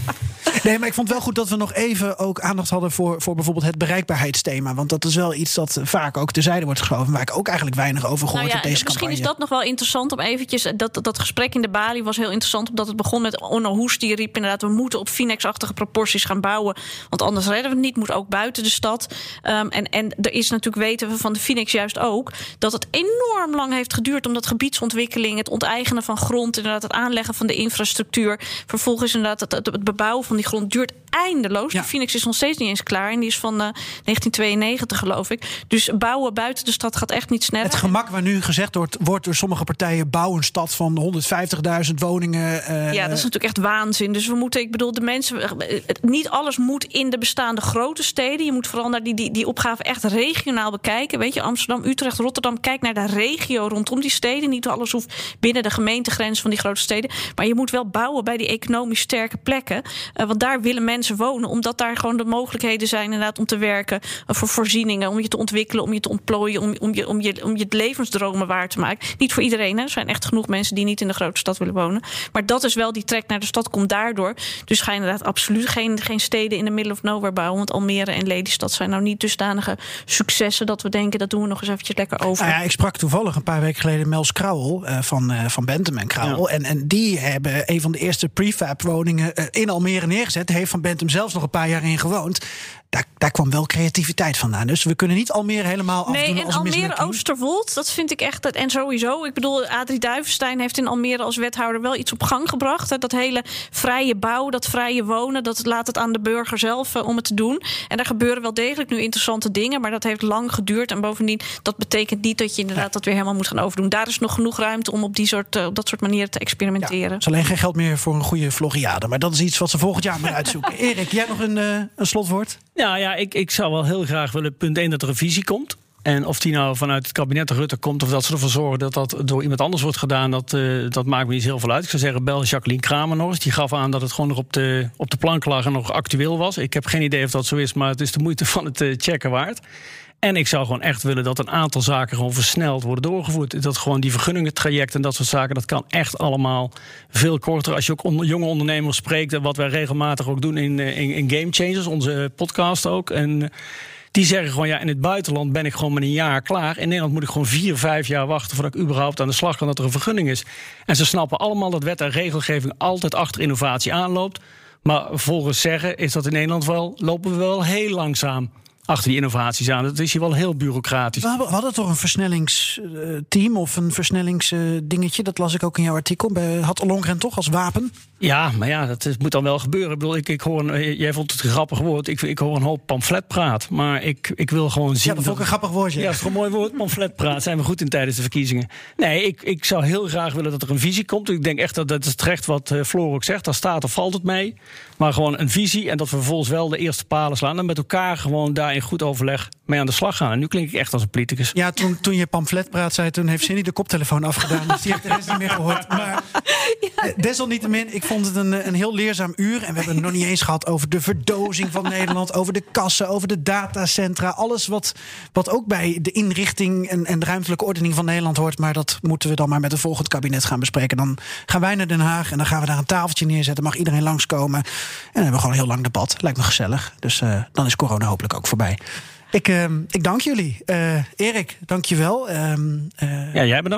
Nee, maar ik vond het wel goed dat we nog even ook aandacht hadden voor, voor bijvoorbeeld het bereikbaarheidsthema. Want dat is wel iets dat vaak ook terzijde wordt geschoven, waar ik ook eigenlijk weinig over gehoord nou ja, heb deze misschien campagne. Is dat nog wel interessant om eventjes. Dat, dat gesprek in de Bali was heel interessant, omdat het begon met Onno Hoes, die riep inderdaad, we moeten op Finex-achtige proporties gaan bouwen, want anders redden we het niet. Moet ook buiten de stad. Um, en, en er is natuurlijk, weten we van de Finex juist ook, dat het enorm lang heeft geduurd om dat gebiedsontwikkeling, het onteigenen van grond, inderdaad het aanleggen van de infrastructuur, vervolgens inderdaad het, het, het bebouwen van die grond duurt eindeloos. Ja. De Finex is nog steeds niet eens klaar en die is van uh, negentien tweeënnegentig, geloof ik. Dus bouwen buiten de stad gaat echt niet sneller. Het gemak waar nu gezegd wordt, wordt door sommige partijen, bouw een stad van honderdvijftigduizend woningen. Uh, ja, dat is natuurlijk echt waanzin. Dus we moeten, ik bedoel, de mensen, niet alles moet in de bestaande grote steden. Je moet vooral naar die, die, die opgave echt regionaal bekijken. Weet je, Amsterdam, Utrecht, Rotterdam, kijk naar de regio rondom die steden. Niet alles hoeft binnen de gemeentegrens van die grote steden. Maar je moet wel bouwen bij die economisch sterke plekken. Uh, want daar willen mensen wonen, omdat daar gewoon de mogelijkheden zijn inderdaad om te werken, voor voorzieningen, om je te ontwikkelen, om je te ontplooien, om, om, je, om, je, om je levensdromen waar te maken. Niet voor iedereen, hè. Er zijn echt genoeg mensen die niet in de grote stad willen wonen. Maar dat is wel, die trek naar de stad komt daardoor. Dus ga inderdaad absoluut geen, geen steden in de middle of nowhere bouwen, want Almere en Lelystad zijn nou niet dusdanige successen dat we denken, dat doen we nog eens eventjes lekker over. Nou ja, ik sprak toevallig een paar weken geleden Mels Krauwel uh, van, uh, van Bentham en Krauwel. Ja. En, en die hebben een van de eerste prefab woningen uh, in Almere neergezet. Heeft van Bentham zelfs nog een paar jaar in gewoond. Daar, daar kwam wel creativiteit vandaan. Dus we kunnen niet Almere helemaal afdoen nee, als een mislukking. Nee, en Almere-Oosterwold, dat vind ik echt. En sowieso, ik bedoel, Adrie Duivenstein heeft in Almere als wethouder wel iets op gang gebracht. Hè, dat hele vrije bouw, dat vrije wonen, dat laat het aan de burger zelf uh, om het te doen. En daar gebeuren wel degelijk nu interessante dingen, maar dat heeft lang geduurd. En bovendien, dat betekent niet dat je inderdaad ja. dat weer helemaal moet gaan overdoen. Daar is nog genoeg ruimte om op, die soort, uh, op dat soort manieren te experimenteren. Ja, er is alleen geen geld meer voor een goede Floriade. Maar dat is iets wat ze volgend jaar moeten uitzoeken. Erik, jij nog een, uh, een slotwoord? Ja, ja ik, ik zou wel heel graag willen, punt één, dat er een visie komt. En of die nou vanuit het kabinet Rutte komt, of dat ze ervoor zorgen dat dat door iemand anders wordt gedaan, dat, uh, dat maakt me niet heel veel uit. Ik zou zeggen, bel Jacqueline Kramer nog eens. Die gaf aan dat het gewoon nog op de, op de plank lag en nog actueel was. Ik heb geen idee of dat zo is, maar het is de moeite van het uh, checken waard. En ik zou gewoon echt willen dat een aantal zaken gewoon versneld worden doorgevoerd. Dat gewoon die vergunningentraject en dat soort zaken, dat kan echt allemaal veel korter. Als je ook on- jonge ondernemers spreekt, wat wij regelmatig ook doen in, in, in Game Changers, onze podcast ook. En die zeggen gewoon, ja, in het buitenland ben ik gewoon met een jaar klaar. In Nederland moet ik gewoon vier, vijf jaar wachten voordat ik überhaupt aan de slag kan dat er een vergunning is. En ze snappen allemaal dat wet en regelgeving altijd achter innovatie aanloopt. Maar volgens zeggen is dat in Nederland wel, lopen we wel heel langzaam achter die innovaties aan. Dat is hier wel heel bureaucratisch. We hadden toch een versnellingsteam of een versnellingsdingetje. Dat las ik ook in jouw artikel. Bij Had Ollongren toch als wapen? Ja, maar ja, dat is, moet dan wel gebeuren. Ik bedoel, ik, ik hoor een, jij vond het een grappig woord. Ik, ik hoor een hoop pamfletpraat. Maar ik, ik wil gewoon zien. Ja, dat vond ik een grappig woordje. Ja, dat is gewoon een mooi woord. Pamfletpraat. Zijn we goed in tijdens de verkiezingen. Nee, ik, ik zou heel graag willen dat er een visie komt. Ik denk echt dat dat is terecht wat uh, Floor ook zegt. Daar staat of valt het mee. Maar gewoon een visie. En dat we vervolgens wel de eerste palen slaan. En met elkaar gewoon daar in goed overleg mee aan de slag gaan. En nu klink ik echt als een politicus. Ja, toen, toen je pamfletpraat zei, toen heeft Cindy de koptelefoon afgedaan. Dus die heeft de rest niet meer gehoord. Maar ja. desalniettemin, ik vond het een, een heel leerzaam uur. En we hebben het nog niet eens gehad over de verdozing van Nederland, over de kassen, over de datacentra. Alles wat, wat ook bij de inrichting en, en de ruimtelijke ordening van Nederland hoort. Maar dat moeten we dan maar met een volgend kabinet gaan bespreken. Dan gaan wij naar Den Haag en dan gaan we daar een tafeltje neerzetten. Mag iedereen langskomen. En dan hebben we gewoon een heel lang debat. Lijkt me gezellig. Dus uh, dan is corona hopelijk ook voorbij. Ik, uh, ik dank jullie. Uh, Erik, dank je wel. Uh, uh, ja, jij bedankt.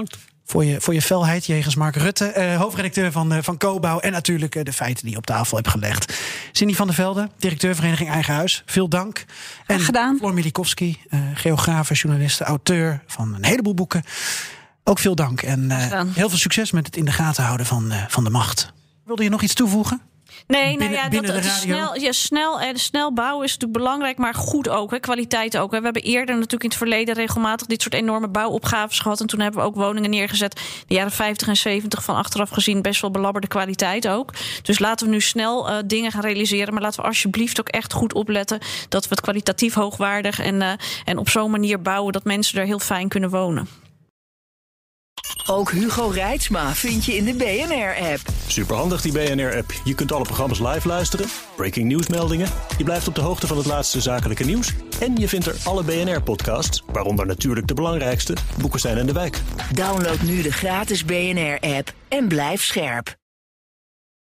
Voor je, voor je felheid jegens Mark Rutte, uh, hoofdredacteur van, uh, van Cobouw. En natuurlijk uh, de feiten die je op tafel hebt gelegd. Cindy van der Velde, directeur Vereniging Eigen Huis. Veel dank. En gedaan. Floor Milikowski, uh, geografe, journaliste, auteur van een heleboel boeken. Ook veel dank. En uh, heel veel succes met het in de gaten houden van, uh, van de macht. Wilde je nog iets toevoegen? Nee, binnen, nou ja, binnen dat, de dat radio? snel, ja, snel, eh, snel bouwen is natuurlijk belangrijk, maar goed ook. Hè, kwaliteit ook. Hè. We hebben eerder natuurlijk in het verleden regelmatig dit soort enorme bouwopgaves gehad. En toen hebben we ook woningen neergezet. De jaren vijftig en zeventig van achteraf gezien best wel belabberde kwaliteit ook. Dus laten we nu snel uh, dingen gaan realiseren. Maar laten we alsjeblieft ook echt goed opletten dat we het kwalitatief hoogwaardig en, uh, en op zo'n manier bouwen dat mensen er heel fijn kunnen wonen. Ook Hugo Reitsma vind je in de B N R-app. Superhandig die B N R-app. Je kunt alle programma's live luisteren, breaking nieuwsmeldingen. Je blijft op de hoogte van het laatste zakelijke nieuws. En je vindt er alle B N R-podcasts, waaronder natuurlijk de belangrijkste, Boekenstein en de Wijk. Download nu de gratis B N R-app en blijf scherp.